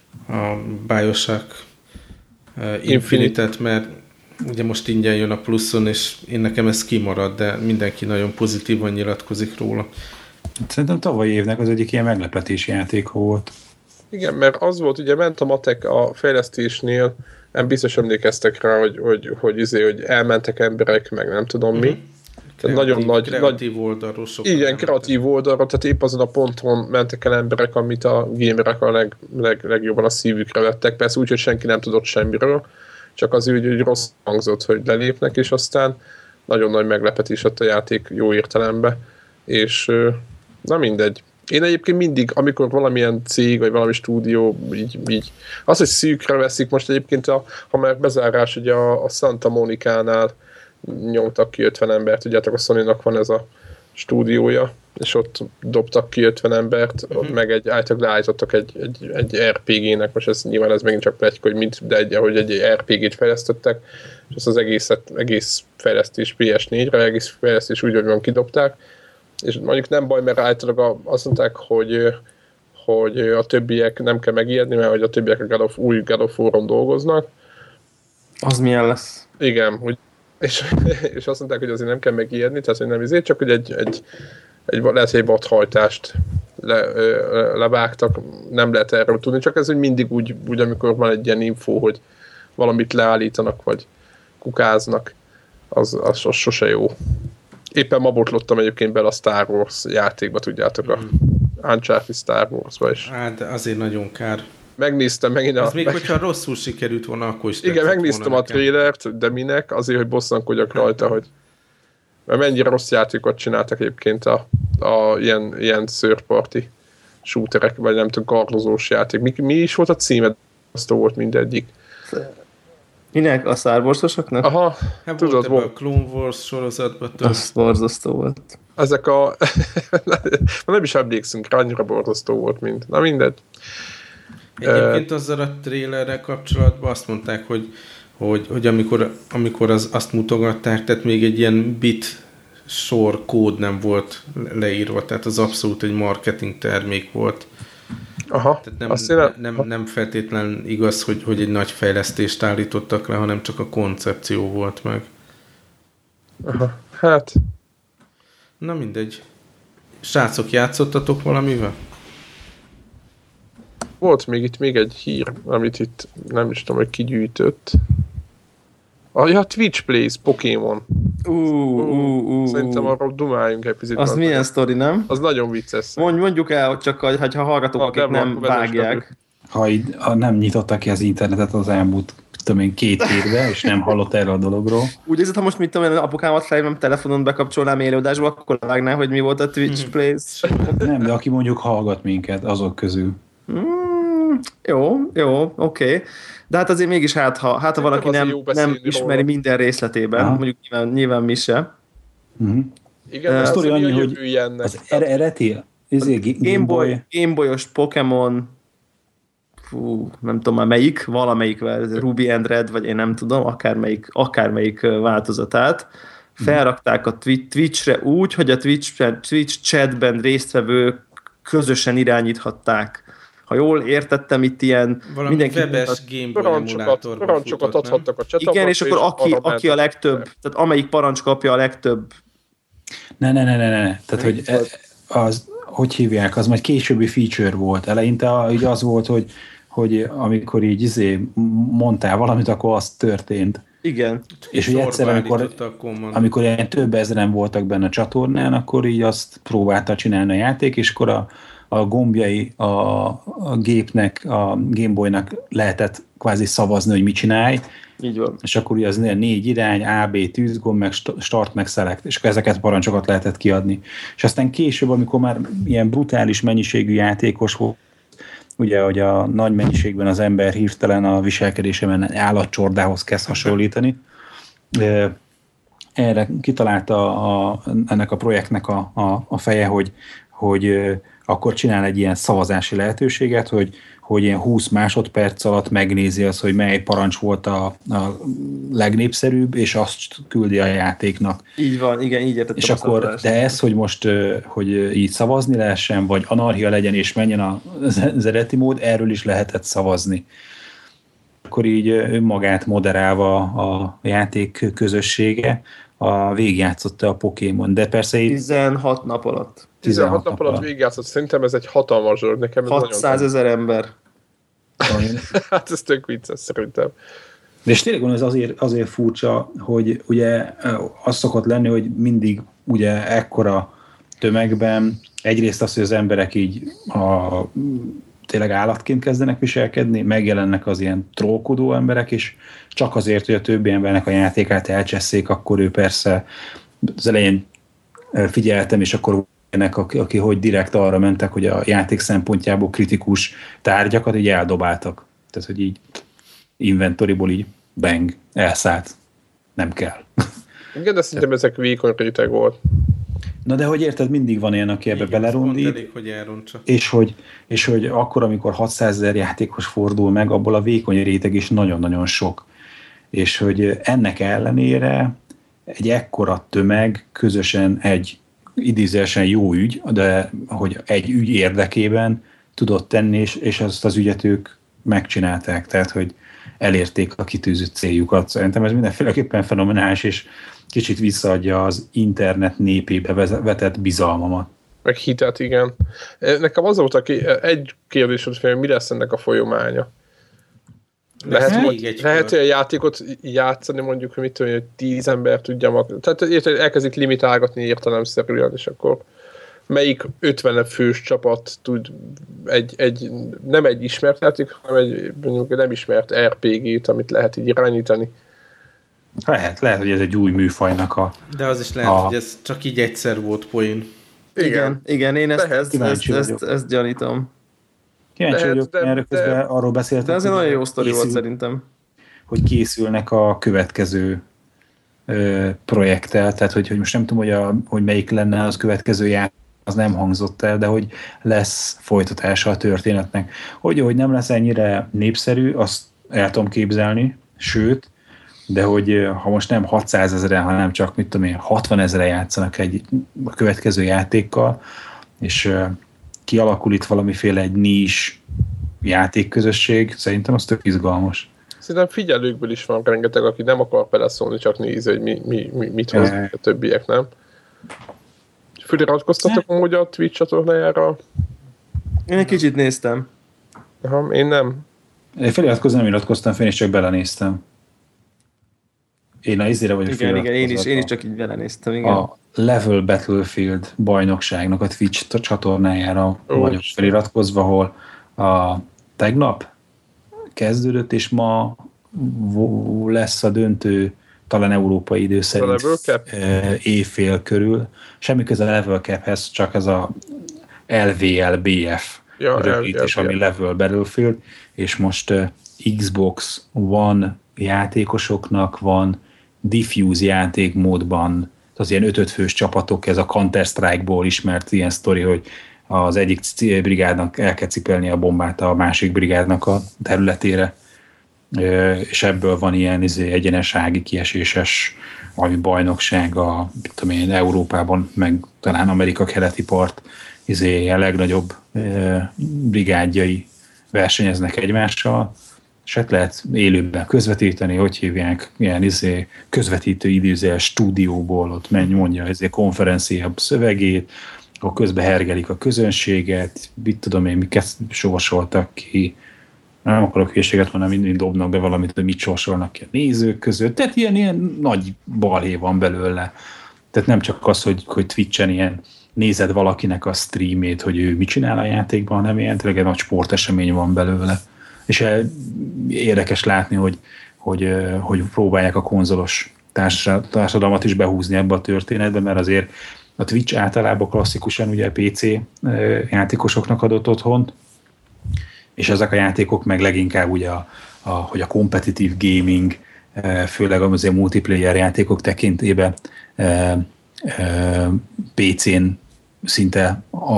Bioshock Infinite-et, mert ugye most ingyen jön a pluszon, és én nekem ez kimarad, de mindenki nagyon pozitívan nyilatkozik róla. Szerintem tavalyi évnek az egyik ilyen meglepetési játék volt. Igen, mert az volt, ugye ment a matek a fejlesztésnél, nem biztos emlékeztek rá, hogy elmentek emberek, meg nem tudom mi. Tehát nagyon nagy... Kreatív oldalról sokan. Igen, kreatív oldalról, tehát épp azon a ponton mentek el emberek, amit a gamerek a legjobban a szívükre vettek. Persze úgy, hogy senki nem tudott semmiről, csak az úgy rossz hangzott, hogy lelépnek, és aztán nagyon nagy meglepetés lett a játék jó értelemben. És na mindegy. Én egyébként mindig, amikor valamilyen cég, vagy valami stúdió így az, hogy szűkre veszik, most egyébként ha már bezárás, ugye a Santa Monica-nál nyomtak ki 50 embert, tudjátok, a Sony-nak van ez a stúdiója, és ott dobtak ki 50 embert, ott meg általában leállítottak egy RPG-nek, most ez nyilván ez megint csak pletyka, hogy egy RPG-t fejlesztettek, és ezt az egész fejlesztés PS4-re, egész fejlesztés úgy, hogy van kidobták, és mondjuk nem baj, mert általában azt mondták, hogy a többiek nem kell megijedni, mert hogy a többiek új God of War-on dolgoznak. Az milyen lesz? Igen, és azt mondták, hogy azért nem kell megijedni, tehát hogy nem izé, csak hogy lehet, hogy egy vadhajtást levágtak, nem lehet erről tudni, csak ez hogy mindig úgy, amikor van egy ilyen info, hogy valamit leállítanak, vagy kukáznak, az sose jó. Éppen ma botlottam egyébként bele a Star Wars játékba, tudjátok, a Uncharted Star Wars-ba is. Hát azért nagyon kár. Megnéztem megint az még hogyha rosszul sikerült volna, akkor is igen, megnéztem a trailert, de minek? Azért, hogy bosszankodjak rajta, hogy mert mennyire rossz játékot csináltak egyébként a ilyen third party shooterek, vagy nem tudom, kardozós játék. Mi is volt a címe? Azt volt mindegyik. Minek? A Star Wars-osoknak? Aha, hát tudod, volt a Clone Wars sorozatban. Az borzasztó volt. Ezek a... nem is emlékszünk rá, annyira borzasztó volt, mint... Na mindegy. Egyébként azzal a trailerrel kapcsolatban azt mondták, hogy amikor azt mutogatták, tehát még egy ilyen bit sor kód nem volt leírva, tehát az abszolút egy marketing termék volt. Aha, tehát nem feltétlen igaz, hogy egy nagy fejlesztést állítottak le, hanem csak a koncepció volt meg. Aha, hát... Na mindegy. Srácok, játszottatok valamivel? Volt még egy hír, amit itt nem is tudom, hogy kigyűjtött. Twitch Plays Pokémon. Szerintem arról dumáljunk egy picit. Az milyen sztori, nem? Az nagyon vicces. Mondjuk el, hogy csak ha hallgatók, akik nem vágják. Ha nem nyitottak ki az internetet az elmúlt 2 hétben, és nem hallott erről a dologról. Úgy érzed, ha most mit tudom én, apukámat felhívom telefonon, bekapcsolnám élőadásba, akkor vágná, hogy mi volt a Twitch Plays. Nem, de aki mondjuk hallgat minket azok közül. Jó, oké. De hát azért mégis ha valaki nem ismeri minden részletében, mondjuk nyilván mi se. Igen, a sztori annyi, hogy az eredeti Gameboy-os Pokémon, nem tudom már melyik, valamelyik Ruby and Red, vagy én nem tudom, akármelyik változatát felrakták a Twitchre úgy, hogy a Twitch chatben résztvevők közösen irányíthatták. Ha jól értettem, itt ilyen mindenki webes parancsokat adhattak a chatban. Igen, és akkor aki a legtöbb, tehát amelyik parancs kapja a legtöbb. Ne. Tehát, hogy hívják, az majd későbbi feature volt. Eleinte így az volt, hogy amikor így mondtál valamit, akkor az történt. Igen. És hogy egyszer, amikor ilyen több ezeren voltak benne a csatornán, akkor így azt próbálta csinálni a játék, és akkor a gombjai a gépnek, a Gameboynak lehetett kvázi szavazni, hogy mit csinálj. Így van. És akkor ugye az 4 irány, A, B, tűzgomb, meg start, meg select, és akkor ezeket parancsokat lehetett kiadni. És aztán később, amikor már ilyen brutális mennyiségű játékos volt, ugye, hogy a nagy mennyiségben az ember hirtelen a viselkedésében állatcsordához kezd hasonlítani, erre kitalálta ennek a projektnek a feje, hogy akkor csinál egy ilyen szavazási lehetőséget, hogy ilyen 20 másodperc alatt megnézi azt, hogy mely parancs volt a legnépszerűbb, és azt küldi a játéknak. Így van, igen, így értettem. És akkor, de ez, hogy most hogy így szavazni lehessen, vagy anarchia legyen, és menjen az eredeti mód, erről is lehetett szavazni. Akkor így önmagát moderálva a játék közössége, végigjátszotta a Pokémon, de persze így... 16 nap alatt. 16 nap alatt végigjátszott, szerintem ez egy hatalmas dolog, nekem ez 600 000 ember. Hát ez tök vicces szerintem. De és tényleg ez azért furcsa, hogy ugye az szokott lenni, hogy mindig ugye ekkora tömegben egyrészt az, hogy az emberek így tényleg állatként kezdenek viselkedni, megjelennek az ilyen trollkodó emberek, és csak azért, hogy a többi embernek a játékát elcsesszék, akkor ő persze az elején figyeltem, és akkor ennek, aki hogy direkt arra mentek, hogy a játék szempontjából kritikus tárgyakat így eldobáltak. Tehát, hogy így inventoryból így bang, elszállt. Nem kell. Igen, de szerintem ezek vékony réteg volt. Na de hogy érted, mindig van ilyen, aki ebbe belerondít, elég, hogy elrontsa. És hogy akkor, amikor 600 000 játékos fordul meg, abból a vékony réteg is nagyon-nagyon sok. És hogy ennek ellenére egy ekkora tömeg közösen egy idézősen jó ügy, de hogy egy ügy érdekében tudott tenni, és azt az ügyet ők megcsinálták, tehát hogy elérték a kitűzött céljukat. Szerintem ez mindenféleképpen fenomenális, és kicsit visszaadja az internet népébe vetett bizalmamat. Meg hitet, igen. Nekem az volt, egy kérdés volt, hogy mi lesz ennek a folyamánya. Lehet, hogy a játékot játszani mondjuk, hogy mit tudom, hogy 10 ember tudja tehát elkezdik limitálgatni értelemszerűen, és akkor melyik 50 fős csapat tud nem egy ismert játék, hanem egy mondjuk nem ismert RPG-t, amit lehet így irányítani. Lehet, hogy ez egy új műfajnak De az is lehet, hogy ez csak így egyszer volt poén. Igen, én ezt gyanítom. Kíváncsi vagyok, mert közben arról beszéltem. De ez egy nagyon jó sztori volt szerintem. hogy készülnek a következő projekttel, tehát hogy most nem tudom, hogy melyik lenne az következő játék, az nem hangzott el, de hogy lesz folytatása a történetnek. Hogy nem lesz ennyire népszerű, azt el tudom képzelni, sőt, de hogy ha most nem 600 000, hanem csak 60 000 játszanak a következő játékkal, és kialakul itt valamiféle egy nis játékközösség, szerintem az tök izgalmas. Szerintem figyelőkből is van rengeteg, aki nem akar beleszólni, csak nézi, hogy mit hoz a többiek, nem? Feliratkoztatok amúgy a Twitch csatornájára? Én egy kicsit néztem. Aha, én nem. Én feliratkozni nem iratkoztam fel, és csak belenéztem. Én a izére vagyok igen, én is csak így belenéztem, igen. A Level Battlefield bajnokságnak a Twitch csatornájára vagyok feliratkozva, ahol tegnap kezdődött, és ma lesz a döntő, talán európai idő szerint évfél körül. Semmi köze a Level Caphez, csak ez a LVLBF rövidítés, ami Level Battlefield, és most Xbox One játékosoknak van diffuse játékmódban, az ilyen 5 fős csapatok, ez a Counter-Strike-ból ismert ilyen sztori, hogy az egyik brigádnak el kell cipelni a bombát a másik brigádnak a területére, és ebből van ilyen egyenesági kieséses valami bajnokság a Európában, meg talán Amerika keleti part a legnagyobb brigádjai versenyeznek egymással, és hát lehet élőben közvetíteni, hogy hívják, ilyen közvetítő idéző stúdióból, ott mondja konferencia szövegét, akkor közben hergelik a közönséget, mit tudom én, miket sorsoltak ki, nem akarok hülyeséget mondani, mindig dobnak be valamit, hogy mit sorsolnak ki a nézők között, tehát ilyen nagy balhé van belőle. Tehát nem csak az, hogy Twitchen ilyen nézed valakinek a streamét, hogy ő mit csinál a játékban, hanem ilyen tényleg egy nagy sportesemény van belőle. És érdekes látni, hogy próbálják a konzolos társadalmat is behúzni ebbe a történetbe, mert azért a Twitch általában klasszikusan ugye PC játékosoknak adott otthont, és ezek a játékok meg leginkább ugye hogy a competitive gaming, főleg azért multiplayer játékok tekintében PC-n szinte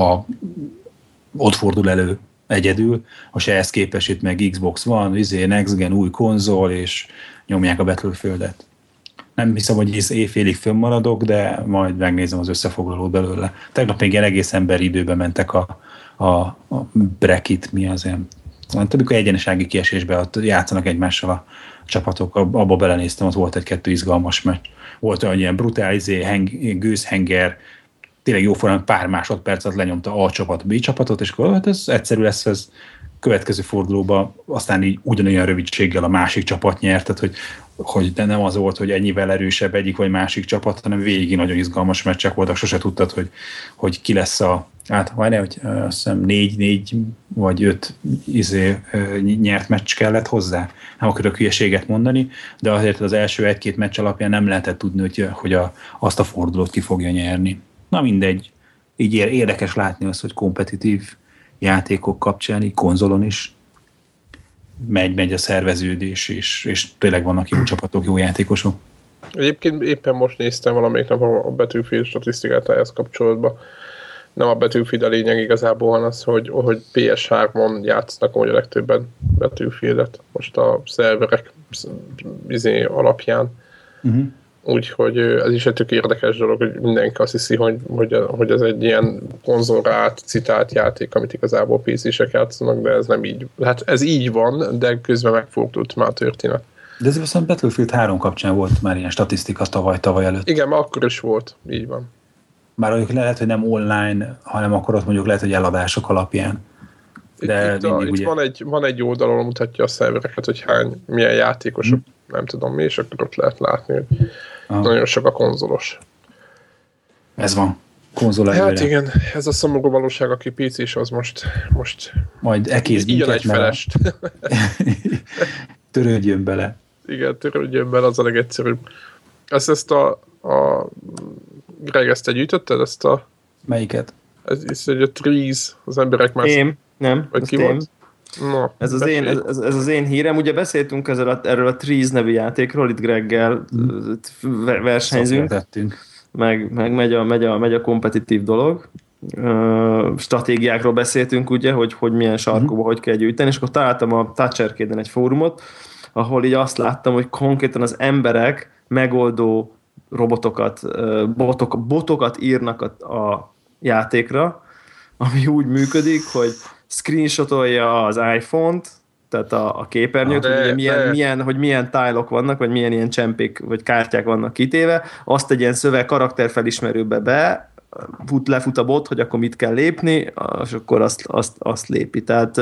ott fordul elő egyedül, és ehhez képest itt meg Xbox van, Next Gen új konzol, és nyomják a Battlefieldet. Nem hiszem, hogy éjfélig fönnmaradok, de majd megnézem az összefoglalót belőle. Tegnap még ilyen egész emberi időben mentek a bracket, mi az ilyen. Amikor egyenesági kiesésben ott játszanak egymással a csapatok, abba belenéztem, az volt egy-kettő izgalmas meccs. Volt olyan ilyen brutál gőzhenger, tényleg jóformán pár másodpercet lenyomta A csapat, B csapatot, és akkor hát ez egyszerű lesz, ez következő fordulóban aztán így ugyanolyan rövidséggel a másik csapat nyert, tehát hogy de nem az volt, hogy ennyivel erősebb egyik vagy másik csapat, hanem végig nagyon izgalmas meccsek voltak, sose tudtad, hogy ki lesz hogy azt hiszem 4 vagy 5 nyert meccs kellett hozzá. Nem akarok hülyeséget mondani, de azért az első 1-2 meccs alapján nem lehetett tudni, hogy azt a fordulót ki fogja nyerni. Na mindegy, így érdekes látni azt, hogy kompetitív játékok kapcsán, így konzolon is megy a szerveződés, és tényleg vannak jó csapatok, jó játékosok. Egyébként éppen most néztem valamelyik nap a Battlefield statisztikát ehhez kapcsolatban. Nem a Battlefield a lényeg igazából, hanem az, hogy PS3-on játszanak a legtöbben Battlefieldet most a szerverek alapján. Uh-huh. Úgyhogy ez is egy tök érdekes dolog, hogy mindenki azt hiszi, hogy ez egy ilyen konzolra átcitált játék, amit igazából PC-sek játszanak, de ez nem így. Hát ez így van, de közben megfordult már a történet. De ez viszont Battlefield 3 kapcsán volt már ilyen statisztika tavaly előtt. Igen, már akkor is volt, így van. Bár mondjuk lehet, hogy nem online, hanem akkor ott mondjuk lehet, hogy eladások alapján. De itt van egy oldalon mutatja a szervereket, hogy milyen játékosok, nem tudom mi, és akkor ott lehet látni, hogy nagyon sok a konzolos. Ez van. Konzol előre. Hát igen, ez a szomorú valóság, aki PC-s, az most majd ekész így egy felest. Törődjön bele. Igen, törődjön bele, az a legegyszerűbb. Ezt a Greg, ezt te gyűjtötted? Melyiket? Ez hogy a Trees, az emberek már... Én, nem. Vagy ki volt? No, ez az én hírem. Ugye beszéltünk erről a Trees nevű játékról, itt Greggel versenyzünk, meg megy a kompetitív dolog. Stratégiákról beszéltünk, ugye, hogy milyen sarkóba hogy kell gyűjteni, és akkor találtam a Touch Arcade-en egy fórumot, ahol így azt láttam, hogy konkrétan az emberek megoldó robotokat, botokat írnak a játékra, ami úgy működik, hogy screenshotolja az iPhone-t, tehát a képernyőt, hogy milyen tile-ok vannak, vagy milyen ilyen csempék, vagy kártyák vannak kitéve, azt egy ilyen szöveg karakterfelismerőbe lefut a bot, hogy akkor mit kell lépni, és akkor azt lépi. Tehát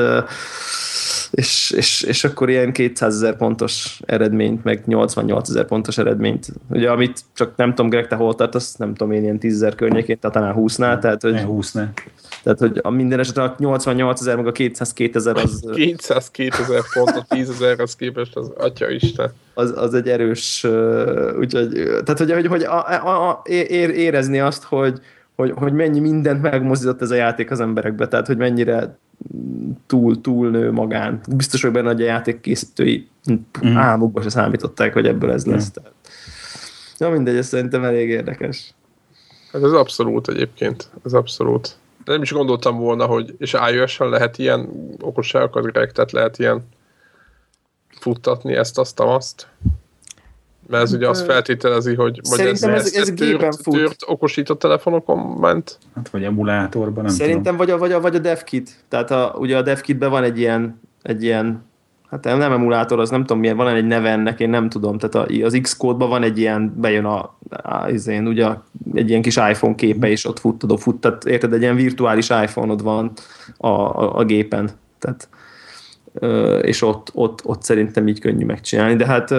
és akkor ilyen 200 000 pontos eredményt, meg 88 000 pontos eredményt. Ugye, amit csak nem tudom, Greg, te hol tartasz, nem tudom én, ilyen 10 000 környékén, tehát talán 20-nál. Tehát, hogy 20-nál. Tehát, hogy a minden esetre a 88 000 meg a 202 000 az... 202 000 pont, a 10 000-hez képest az atyaisten. Az egy erős... Úgyhogy, tehát, hogy érezni azt, hogy mennyi mindent megmozdított ez a játék az emberekbe, tehát, hogy mennyire túlnő magán. Biztos, hogy benne, hogy a játék készítői álmukba se számították, hogy ebből ez lesz. Tehát. Ja, mindegy, ez szerintem elég érdekes. Hát ez abszolút egyébként. Ez abszolút. De nem is gondoltam volna, hogy és iOS-en lehet ilyen okosságokat, Greg, tehát lehet ilyen futtatni ezt-azt. Mert ez ugye azt feltételezi, hogy szerintem ez gépen fut. Tört okosított telefonokon ment. Hát vagy emulátorban, nem szerintem tudom. Vagy a DevKit. Tehát ugye a DevKitben van egy ilyen hát nem emulátor, az nem tudom milyen, van egy neve ennek, én nem tudom. Tehát az Xcode-ban van egy ilyen, bejön ugye egy ilyen kis iPhone képe, és ott fut, tehát érted, egy ilyen virtuális iPhone-od van a gépen. Tehát, és ott szerintem így könnyű megcsinálni, de hát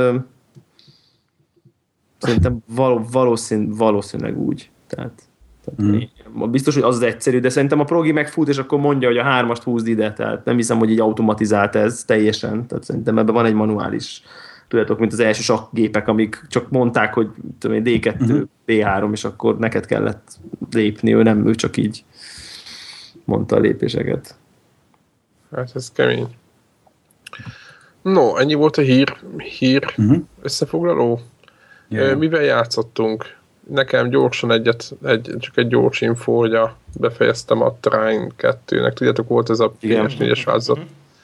szerintem valószínűleg úgy. Tehát biztos, hogy az egyszerű, de szerintem a progi megfut, és akkor mondja, hogy a 3-ast húzd ide, tehát nem hiszem, hogy így automatizált ez teljesen, tehát szerintem ebben van egy manuális, tudjátok, mint az első sakkgépek, amik csak mondták, hogy tudom, D2, D3, és akkor neked kellett lépni, ő csak így mondta a lépéseket. Hát ez kemény. No, ennyi volt a hír összefoglaló. Yeah. Mivel játszottunk? Nekem gyorsan csak egy gyors info, hogy befejeztem a Trine 2-nek. Tudjátok, volt ez a PS4-es változat.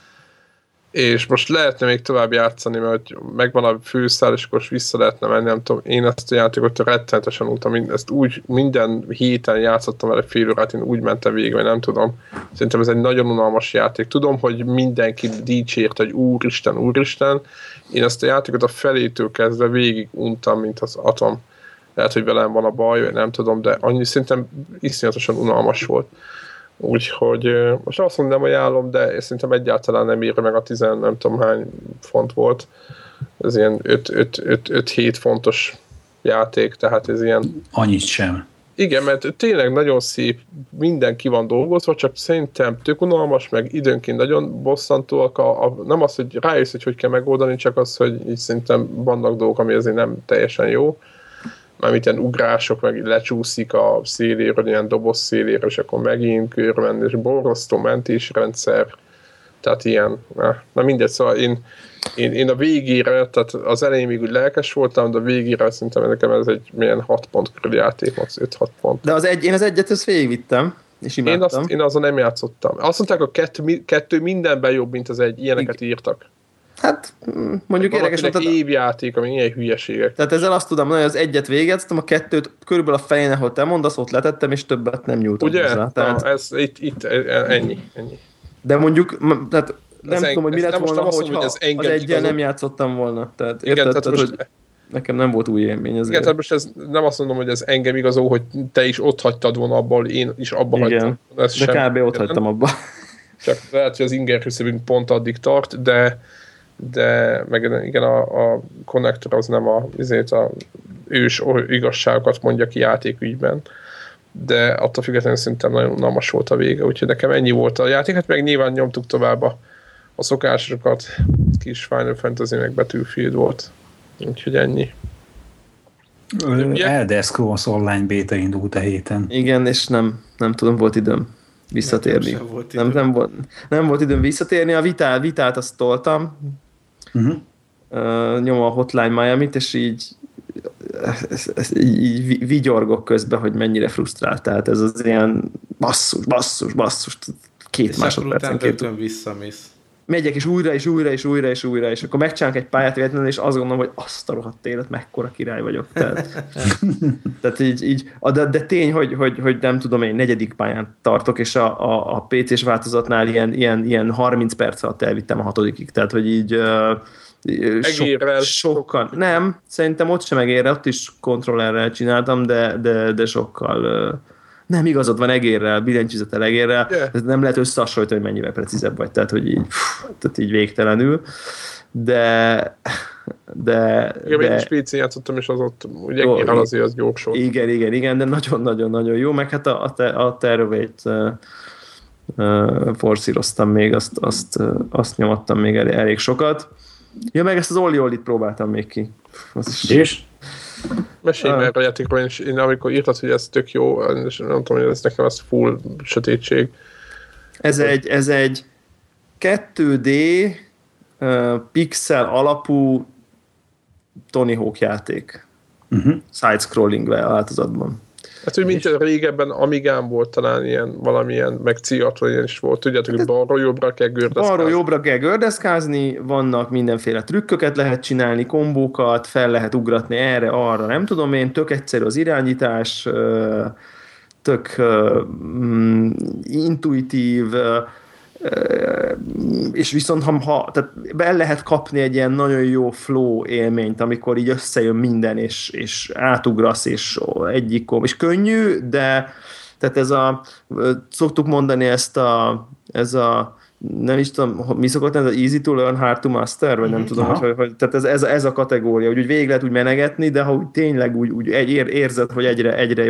És most lehetne még tovább játszani, mert megvan a főszál, és akkor vissza lehetne menni, nem tudom. Én ezt a játékot rettenetesen untam, ezt úgy minden héten játszottam vele fél órát, én úgy mentem végig, vagy nem tudom. Szerintem ez egy nagyon unalmas játék. Tudom, hogy mindenki dicsért, hogy úristen. Én ezt a játékot a felétől kezdve végig untam, mint az atom. Lehet, hogy velem van a baj, vagy nem tudom, de annyi szerintem iszonyatosan unalmas volt. Úgyhogy most azt mondom, nem ajánlom, de szerintem egyáltalán nem írja meg a 10 nem tudom hány font volt. Ez ilyen 5-7 fontos játék, tehát ez ilyen... Annyit sem. Igen, mert tényleg nagyon szép, minden ki van dolgozva, csak szerintem tök unalmas, meg időnként nagyon bosszantóak. Nem az, hogy rájössz, hogy kell megoldani, csak az, hogy így szerintem vannak dolgok, ami azért nem teljesen jó. Mármint ilyen ugrások, meg lecsúszik a széléről, ilyen doboz széléről, és akkor megint körben, és borzasztó mentésrendszer. Tehát ilyen, na mindegy, szóval én a végére, tehát az elején még úgy lelkes voltam, de a végére szerintem nekem ez egy milyen 6 pont körüli játék, max 5-6 pont. De én az egyet ezt végigvittem, és imádtam. Én azon nem játszottam. Azt mondták, a kettő mindenben jobb, mint az egy, ilyeneket írtak. Hát mondjuk érdekes, hogy évjáték, ami ilyen hülyeségek. Tehát ezzel azt tudom mondani, hogy az egyet végeztem, a kettőt körülbelül a fején, ahol te mondasz, ott letettem, és többet nem nyújtom. Ugye? Hozzá. Tehát... Ez itt ennyi. De mondjuk, tehát nem tudom, hogy mi lett volna, hogyha az egyen nem játszottam volna. Tehát, igen, érted, tehát hogy nekem nem volt új élmény. Igen, tehát most ez, nem azt mondom, hogy ez engem igazol, hogy te is ott hagytad volna abban, én is abba hagytam. Ez de kb. Ott hagytam abba. Csak lehet, hogy az inger küszöbünk pont addig tart, de meg igen, a konnektor az nem a ős igazságokat mondja ki játékügyben, de attól függetlenül szerintem nagyon unalmas volt a vége, úgyhogy nekem ennyi volt a játék, hát meg nyilván nyomtuk tovább a szokásokat, kis Final Fantasy meg Battlefield volt, úgyhogy ennyi. Elder Scrolls Online beta indult a héten. Igen, és nem tudom, volt időm. visszatérni. Nem volt időm visszatérni. A vitát azt toltam. Nyom a Hotline Miami-t, és így vigyorgok közben, hogy mennyire frusztrált. Tehát ez az ilyen basszus, 2 másodpercen. És akkor visszamész. Megyek, és újra, és akkor megcsinálok egy pályát véletlenül, és azt gondolom, hogy azt a rohadt élet, mekkora király vagyok. Tehát így de tény, hogy nem tudom, én 4. pályán tartok, és a PC-s változatnál ilyen 30 perc alatt elvittem a 6-ig. Tehát, hogy így sokkal. Nem, szerintem ott sem egérrel, ott is kontrollerrel csináltam, de sokkal... Nem, igazad van, egérrel, billentyűzettel egérrel, nem lehet összehasonlítani, hogy mennyivel precízebb vagy, tehát így végtelenül, de én is PC-n játszottam, és az ott ugye egérrel azért az gyors volt. Igen, de nagyon-nagyon jó, meg hát a Terrorweight forszíroztam még, azt nyomattam még elég sokat. Ja, meg ezt az Oli-Olit próbáltam még ki. És? Mesélj meg a játékról, én amikor írtad, hogy ez tök jó, és nem tudom, hogy ez nekem az full sötétség. Ez egy 2D pixel alapú Tony Hawk játék. Side-scrolling változatban. Hát, hogy mint régebben Amigán volt talán ilyen valamilyen, meg Ciatron ilyen is volt, tudjátok, hogy balról-jobbra kell gördeszkázni. Balról-jobbra kell gördeszkázni, vannak mindenféle trükköket lehet csinálni, kombókat, fel lehet ugratni erre, arra, nem tudom én, tök egyszerű az irányítás, tök intuitív, és viszont tehát be lehet kapni egy ilyen nagyon jó flow élményt, amikor így összejön minden, és átugrasz, és egyik és könnyű, de tehát szoktuk mondani ez a nem is tudom, mi szokott ez az easy to learn, hard to master, vagy nem tudom, hogy tehát ez a kategória, hogy végig lehet úgy menegetni, de ha úgy tényleg úgy érzed, hogy egyre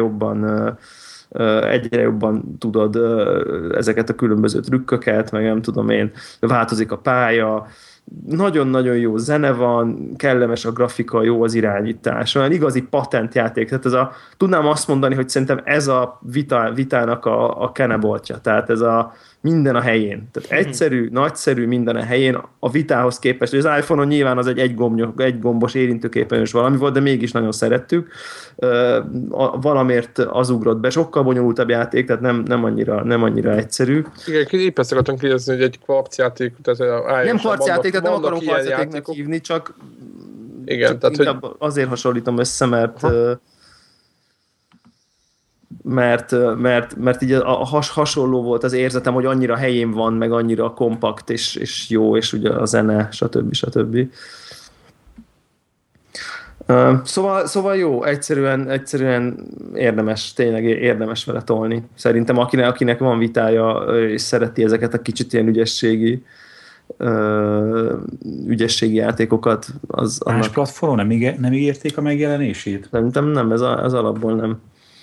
jobban tudod ezeket a különböző trükköket, meg nem tudom én, változik a pálya, nagyon-nagyon jó zene van, kellemes a grafika, jó az irányítás, olyan igazi patentjáték, tehát tudnám azt mondani, hogy szerintem ez a vitának a keneboltja, tehát ez a minden a helyén. Tehát egyszerű, nagyszerű, minden a helyén a vitához képest. Az iPhone-on nyilván az egy gombos érintőképernyős valami volt, de mégis nagyon szerettük. Valamiért az ugrott be. Sokkal bonyolultabb játék, tehát nem annyira egyszerű. Igen, épp ezt akartam kérdezni, hogy egy kvarcjáték. Nem kvarcjáték, tehát nem akarom kvarcjátéknak hívni, csak, igen, csak tehát, hogy azért hasonlítom össze, mert így a hasonló volt az érzetem, hogy annyira helyén van, meg annyira kompakt és jó, és ugye a zene, stb. Szóval jó, egyszerűen érdemes, tényleg érdemes vele tolni. Szerintem akinek van vitája, és szereti ezeket a kicsit ilyen ügyességi játékokat, az más annak... platformon nem ígérték a megjelenését? Nem, ez alapból nem.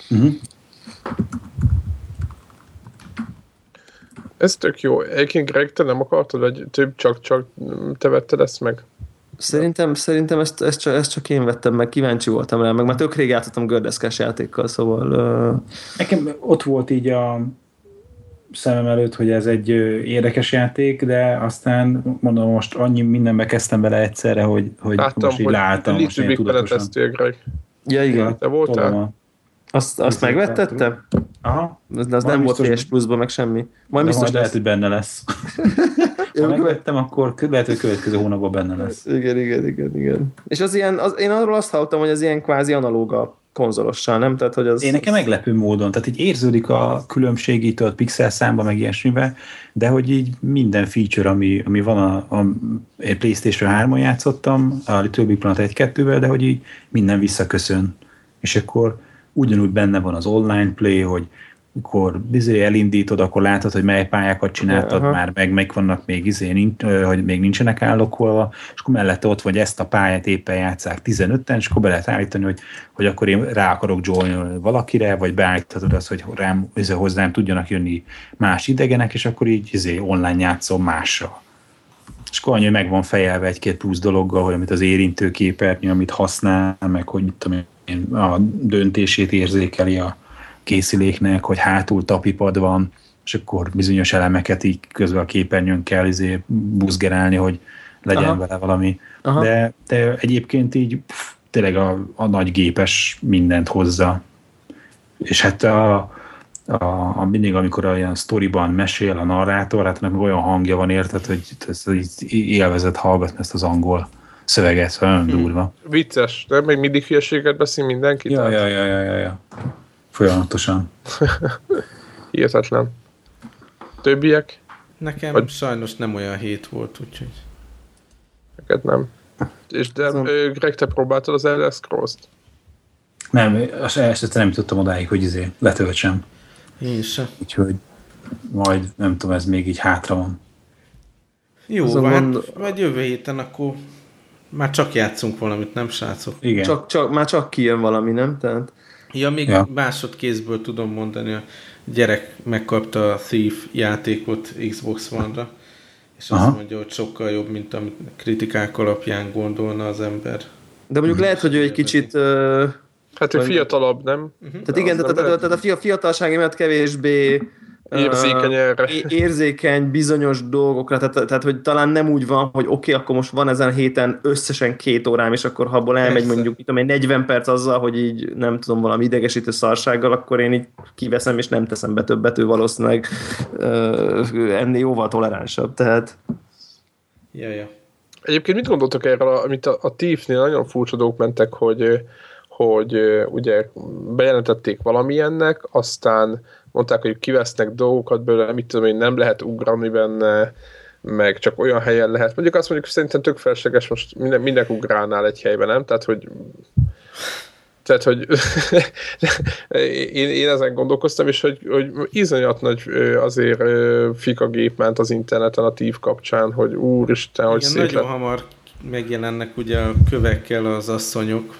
Ez tök jó. Egyébként Greg, te nem akartad, vagy több csak te vetted ezt meg? Szerintem ezt csak én vettem meg, kíváncsi voltam rá, meg már tök rég játszottam gördeszkás játékkal, szóval... Nekem ott volt így a szemem előtt, hogy ez egy érdekes játék, de aztán mondom, most annyi mindenbe kezdtem bele egyszerre, hogy láttam, most így látom. Láttam, hogy beletesztél, Greg. Ja, igen. Te voltál? Azt megvettette? Aha. Az nem volt PS Plus-ban, meg semmi. Majd lehet, hogy benne lesz. Ha megvettem, akkor lehet, hogy következő hónapban benne lesz. Igen. És én arról azt hallottam, hogy az ilyen kvázi analóg a konzolossal, nem? Tehát, hogy az... Én nekem meglepő módon, tehát így érződik a különbség itt a pixel számba, meg ilyesmiben, de hogy így minden feature, ami van a PlayStation 3-on játszottam, a Little Big Planet 1-2-vel, de hogy így minden visszaköszön. És akkor ugyanúgy benne van az online play, hogy akkor elindítod, akkor látod, hogy mely pályákat csináltad már, meg vannak még hogy még nincsenek állokkolva, és akkor mellette ott vagy ezt a pályát éppen játsszák 15-en, és akkor be lehet állítani, hogy akkor én rá akarok joinolni valakire, vagy beállíthatod azt, hogy hozzám tudjanak jönni más idegenek, és akkor így online játszom mással. És akkor annyi, hogy meg van fejelve egy-két plusz dologgal, hogy amit az érintőképernyő, amit használ, meg hogy mit tudom én, a döntését érzékeli a készüléknek, hogy hátul tapipad van, és akkor bizonyos elemeket így közben a képernyőn kell buzgerálni, hogy legyen vele valami. De egyébként így tényleg a nagy gépes mindent hozza. És hát mindig, amikor olyan sztoriban mesél a narrátor, hát meg olyan hangja van, érted, hogy élvezett hallgatni ezt az angol szöveget, szóval nagyon durva. Vicces, de még mindig hülyeséget beszél mindenki? Ja. Folyamatosan. Hihetetlen. Többiek? Nekem sajnos nem olyan hét volt, úgyhogy... Neked nem. És de Greg, te próbáltad az Elder Scrolls-t? Nem, ezt nem jutottam odáig, hogy letöltsem. Én sem. Úgyhogy majd, nem tudom, ez még így hátra van. Jó, vagy jövő héten akkor már csak játszunk valamit, nem srácok? Igen. Már csak kijön valami, nem? Tehát... Ja, még másodkézből tudom mondani, a gyerek megkapta a Thief játékot Xbox One-ra, és azt mondja, hogy sokkal jobb, mint amit kritikák alapján gondolna az ember. De mondjuk lehet, hogy ő egy kicsit... Hát ő fiatalabb, nem? Tehát igen, tehát a fiatalsági miatt kevésbé érzékeny bizonyos dolgokra, tehát hogy talán nem úgy van, hogy oké, akkor most van ezen a héten összesen 2 órám, és akkor ha abból elmegy mondjuk 40 perc azzal, hogy így nem tudom, valami idegesítő szarsággal, akkor én így kiveszem, és nem teszem be többet, ő valószínűleg ennél jóval toleránsabb, tehát... Ja. Egyébként mit gondoltok erről, amit a Thief-nél nagyon furcsa dolgok mentek, hogy ugye bejelentették valamilyennek, aztán mondták, hogy kivesznek dolgokat belőle, mit tudom én, nem lehet ugrani benne, meg csak olyan helyen lehet. Mondjuk azt mondjuk, szerintem tök felesleges, most mindenki ugrálnál egy helyben, nem? Tehát, hogy én ezen gondolkoztam, és hogy iszonyat nagy azért fikagép ment az interneten a Thief kapcsán, hogy úristen, hogy szét nagyon hamar megjelennek ugye a kövekkel az asszonyok.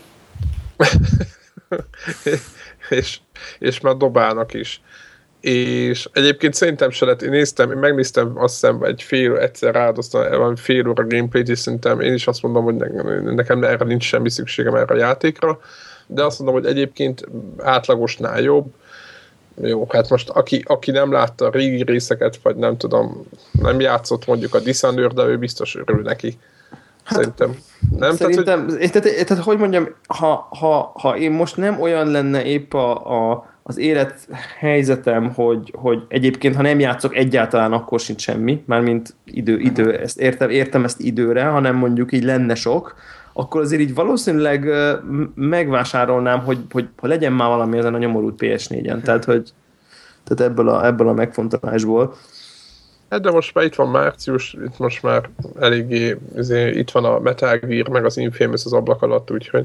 és már dobálnak is. És egyébként szerintem se lett, én megnéztem azt hiszem egyszer ráadoztam fél óra gameplayt, és szerintem én is azt mondom, hogy nekem erre nincs semmi szükségem erre a játékra, de azt mondom, hogy egyébként átlagosnál jobb. Jó, hát most aki nem látta a régi részeket, vagy nem tudom, nem játszott mondjuk a Dishonored, de ő biztos örül neki. Szerintem. Nem? Tehát, hogy mondjam, ha én most nem olyan lenne épp az élethelyzetem, hogy egyébként, ha nem játszok egyáltalán, akkor sincs semmi, mármint idő, ezt értem ezt időre, hanem mondjuk így lenne sok, akkor azért így valószínűleg megvásárolnám, hogy legyen már valami ezen a nyomorult PS4-en. Tehát ebből a megfontolásból. Hát de most már itt van március, itt most már eléggé, itt van a Metal Gear, meg az Infamous az ablak alatt, úgyhogy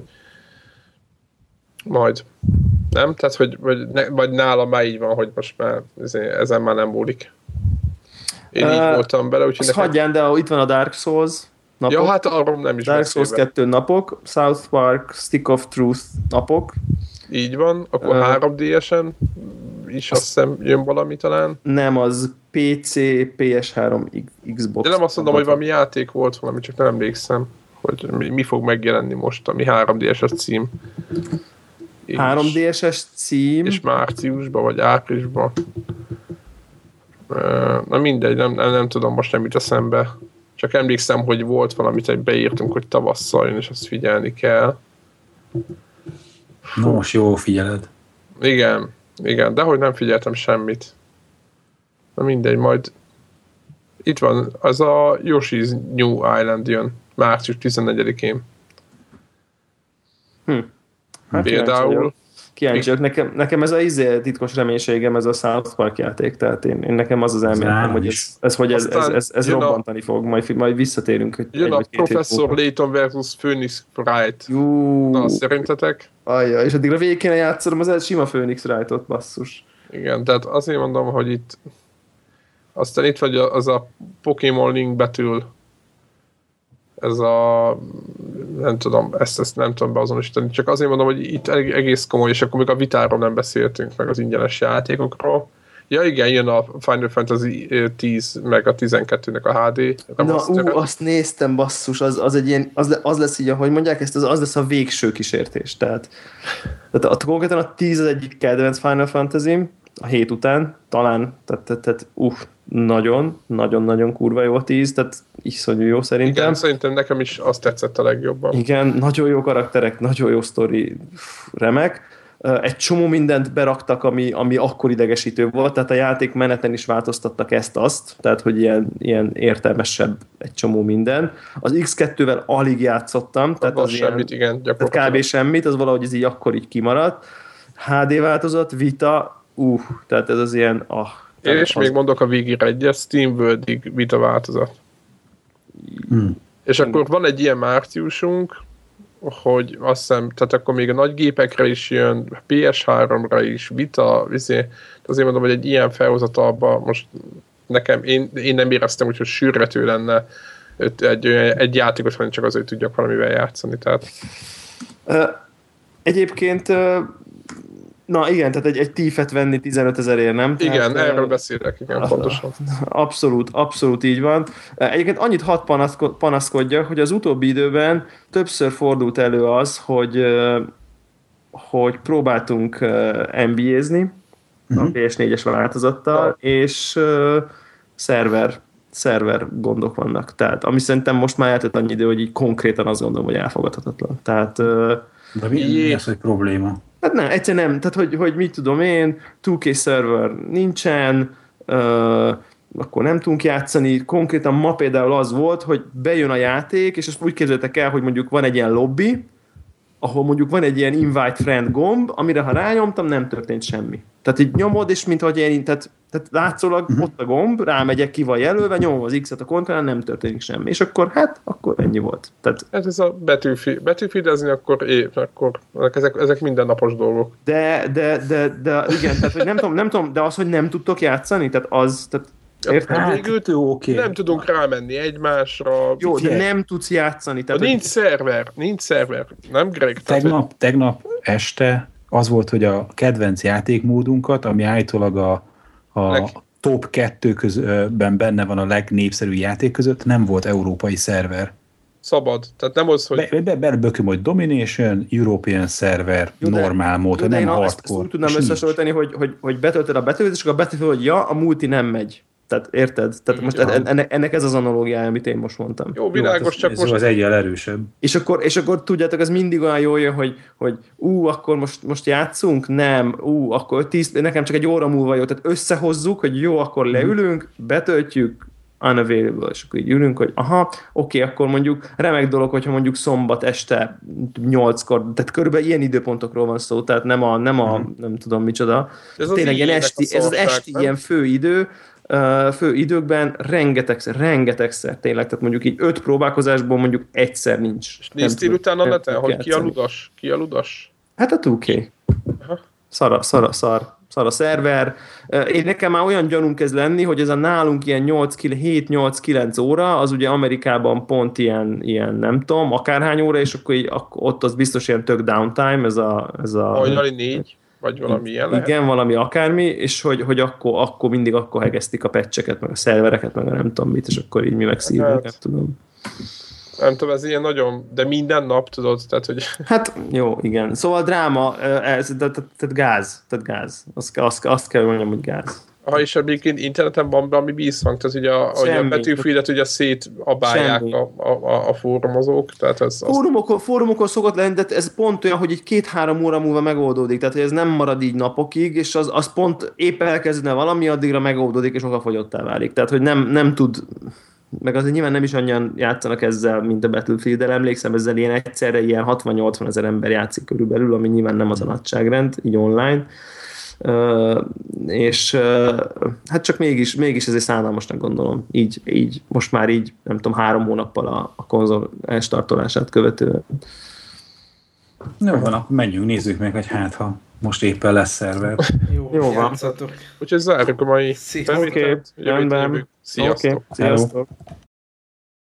majd. Nem? Tehát, vagy nálam már így van, hogy most már ezen már nem múlik. Én így voltam bele, úgyhogy... Azt hagyján, de itt van a Dark Souls napok. Ja, hát arról nem is Dark Souls 2 napok, South Park, Stick of Truth napok. Így van, akkor 3DS-en is azt hiszem jön valami talán. Nem, az PC, PS3, Xbox. De nem azt mondom, hogy valami játék volt valami, csak nem emlékszem, hogy mi fog megjelenni most, ami 3DS-es cím. 3DS-es cím? És márciusban, vagy áprilisban. Na mindegy, nem tudom, most nem jut eszembe. Csak emlékszem, hogy volt valamit, hogy beírtunk, hogy tavasszal jön, és azt figyelni kell. Na most jó figyeled. Igen, de hogy nem figyeltem semmit. Na mindegy, majd itt van, az a Yoshi's New Island jön, március 14-én. Hát például. Kíváncsi vagyok. Nekem ez a titkos reménységem, ez a South Park játék, tehát én nekem az elméletem, hogy ez robbantani fog, majd visszatérünk. Jön a Professor Layton versus Phoenix Wright. Na, szerintetek? Ajja, és addigra végig kéne játszanom az sima Phoenix Wright-ot, basszus. Igen, tehát azért mondom, hogy itt aztán itt vagy az a Pokémon Link betűl, ez a nem tudom, ezt nem tudom beazonosítani, csak azért mondom, hogy itt egész komoly, és akkor még a vitáról nem beszéltünk, meg az ingyenes játékokról. Ja igen, jön a Final Fantasy 10, meg a 12-nek a HD. Azt néztem, basszus, az egy ilyen, az lesz így, ahogy mondják, az lesz a végső kísértés. Tehát konkrétan a 10 az egyik kedvenc Final Fantasy-m, a hét után, talán, tehát nagyon kurva jó a 10, tehát iszonyú jó szerintem. Igen, szerintem nekem is azt tetszett a legjobban. Igen, nagyon jó karakterek, nagyon jó sztori, remek. Egy csomó mindent beraktak, ami akkor idegesítő volt, tehát a játékmeneten is változtattak ezt-azt, tehát hogy ilyen értelmesebb egy csomó minden. Az X2-vel alig játszottam, tehát az semmit, igen, tehát kb. Semmit, az valahogy ez így akkor így kimaradt. HD változat, Vita, tehát ez az ilyen... És még mondok a végére egyet, SteamWorld-ig Vita változat. És akkor van egy ilyen márciusunk, hogy azt hiszem, tehát akkor még a nagy gépekre is jön, PS3-ra is, Vita, azért mondom, hogy egy ilyen felhozatalban most nekem, én nem éreztem, hogy sürgető lenne egy játékot, hanem csak azért tudjak valamivel játszani, tehát... Egyébként na igen, tehát egy Thief-et venni 15 000-ért, nem? Igen, tehát, erről beszélek, igen, pontosan. Abszolút így van. Egyébként annyit hadd panaszkodjak, hogy az utóbbi időben többször fordult elő az, hogy próbáltunk NBA-zni a PS4-es változattal, és szerver gondok vannak. Tehát, ami szerintem most már eltett annyi idő, hogy így konkrétan azt gondolom, hogy elfogadhatatlan. Tehát... De mi az, hogy probléma? Hát nem, egyszerűen nem. Tehát, hogy mit tudom én, 2K server nincsen, akkor nem tudunk játszani. Konkrétan ma például az volt, hogy bejön a játék, és azt úgy képzeljétek el, hogy mondjuk van egy ilyen lobby, ahol mondjuk van egy ilyen invite friend gomb, amire ha rányomtam, nem történt semmi. Tehát így nyomod, és minthogy én, tehát látszólag ott a gomb, rámegyek, ki van jelölve, nyomom az X-et a kontrollán, nem történik semmi. És akkor akkor ennyi volt. Tehát, ez a betűfidezni, akkor ezek mindennapos dolgok. De igen, tehát hogy nem tudom, de az, hogy nem tudtok játszani, tehát az... Tehát, nem tudunk rámenni egymásra. Jó, de nem tudsz játszani. Tehát, nincs szerver. Nem, Greg? Tegnap este az volt, hogy a kedvenc játékmódunkat, ami állítólag a top 2-ben benne van a legnépszerűbb játék között, nem volt európai szerver. Szabad. Tehát nem az, hogy... Belebököm, hogy Domination, European server, normál mód, hogy nem hardcore. Ezt úgy tudnám összehasonlítani, hogy betöltöd a betűt, és akkor a betűt, hogy a multi nem megy. Tehát érted? Tehát most ennek ez az analógiája, amit én most mondtam. Jó, világos, csak most... Az egyel erősebb. És akkor tudjátok, ez mindig olyan jól jön, hogy akkor most játszunk? Nem. Akkor nekem csak egy óra múlva jó. Tehát összehozzuk, hogy jó, akkor leülünk, betöltjük, unavailable, és akkor így ülünk, hogy oké, akkor mondjuk remek dolog, hogyha mondjuk szombat este 8-kor, tehát körülbelül ilyen időpontokról van szó, tehát nem nem tudom micsoda. Tényleg ilyen ez az esti ilyen fő időkben rengetegszer tényleg, tehát mondjuk így 5 próbálkozásból mondjuk egyszer nincs. És néztél utána a neten, hogy ki a ludas? Hát a 2K. Szar a szerver. Nekem már olyan gyanunk kezd lenni, hogy ez a nálunk ilyen 7-8-9 óra, az ugye Amerikában pont ilyen nem tudom, akárhány óra, és akkor ott az biztos ilyen tök downtime, ez a hajnali 4. Vagy valami ilyen lehet. Igen, valami akármi, és hogy akkor mindig hegesztik a patcheket, meg a szervereket, meg a nem tudom mit, és akkor így mi megszívunk, nem tudom. Nem tudom, ez ilyen nagyon, de minden nap tudod, tehát hogy... Hát jó, igen. Szóval dráma, tehát gáz. Azt kell mondjam, hogy gáz. És egyébként interneten van valami vízhang, tehát ugye a betűfidet ugye szétabálják a fórumozók, tehát ez... Fórumokon szokott lenni, de ez pont olyan, hogy így 2-3 óra múlva megoldódik, tehát hogy ez nem marad így napokig, és az pont épp elkezdne valami, addigra megoldódik, és okafogyottá válik. Tehát, hogy nem tud... Meg azért nyilván nem is annyian játszanak ezzel, mint a Battlefield-del, emlékszem, ezzel ilyen egyszerre ilyen 60-80 ezer ember játszik körülbelül, ami nyilván nem az a nagyságrend, így online. És hát csak mégis ezért szánalmasnak gondolom. Így most már így, nem tudom, 3 hónappal a konzol elstartolását követően. Jó van, akkor menjünk, nézzük meg, hogy ha most éppen lesz szerver. Jó van. Úgyhogy zárjuk a mai felvételt. Oké, rendben. Sziasztok. Sziasztok.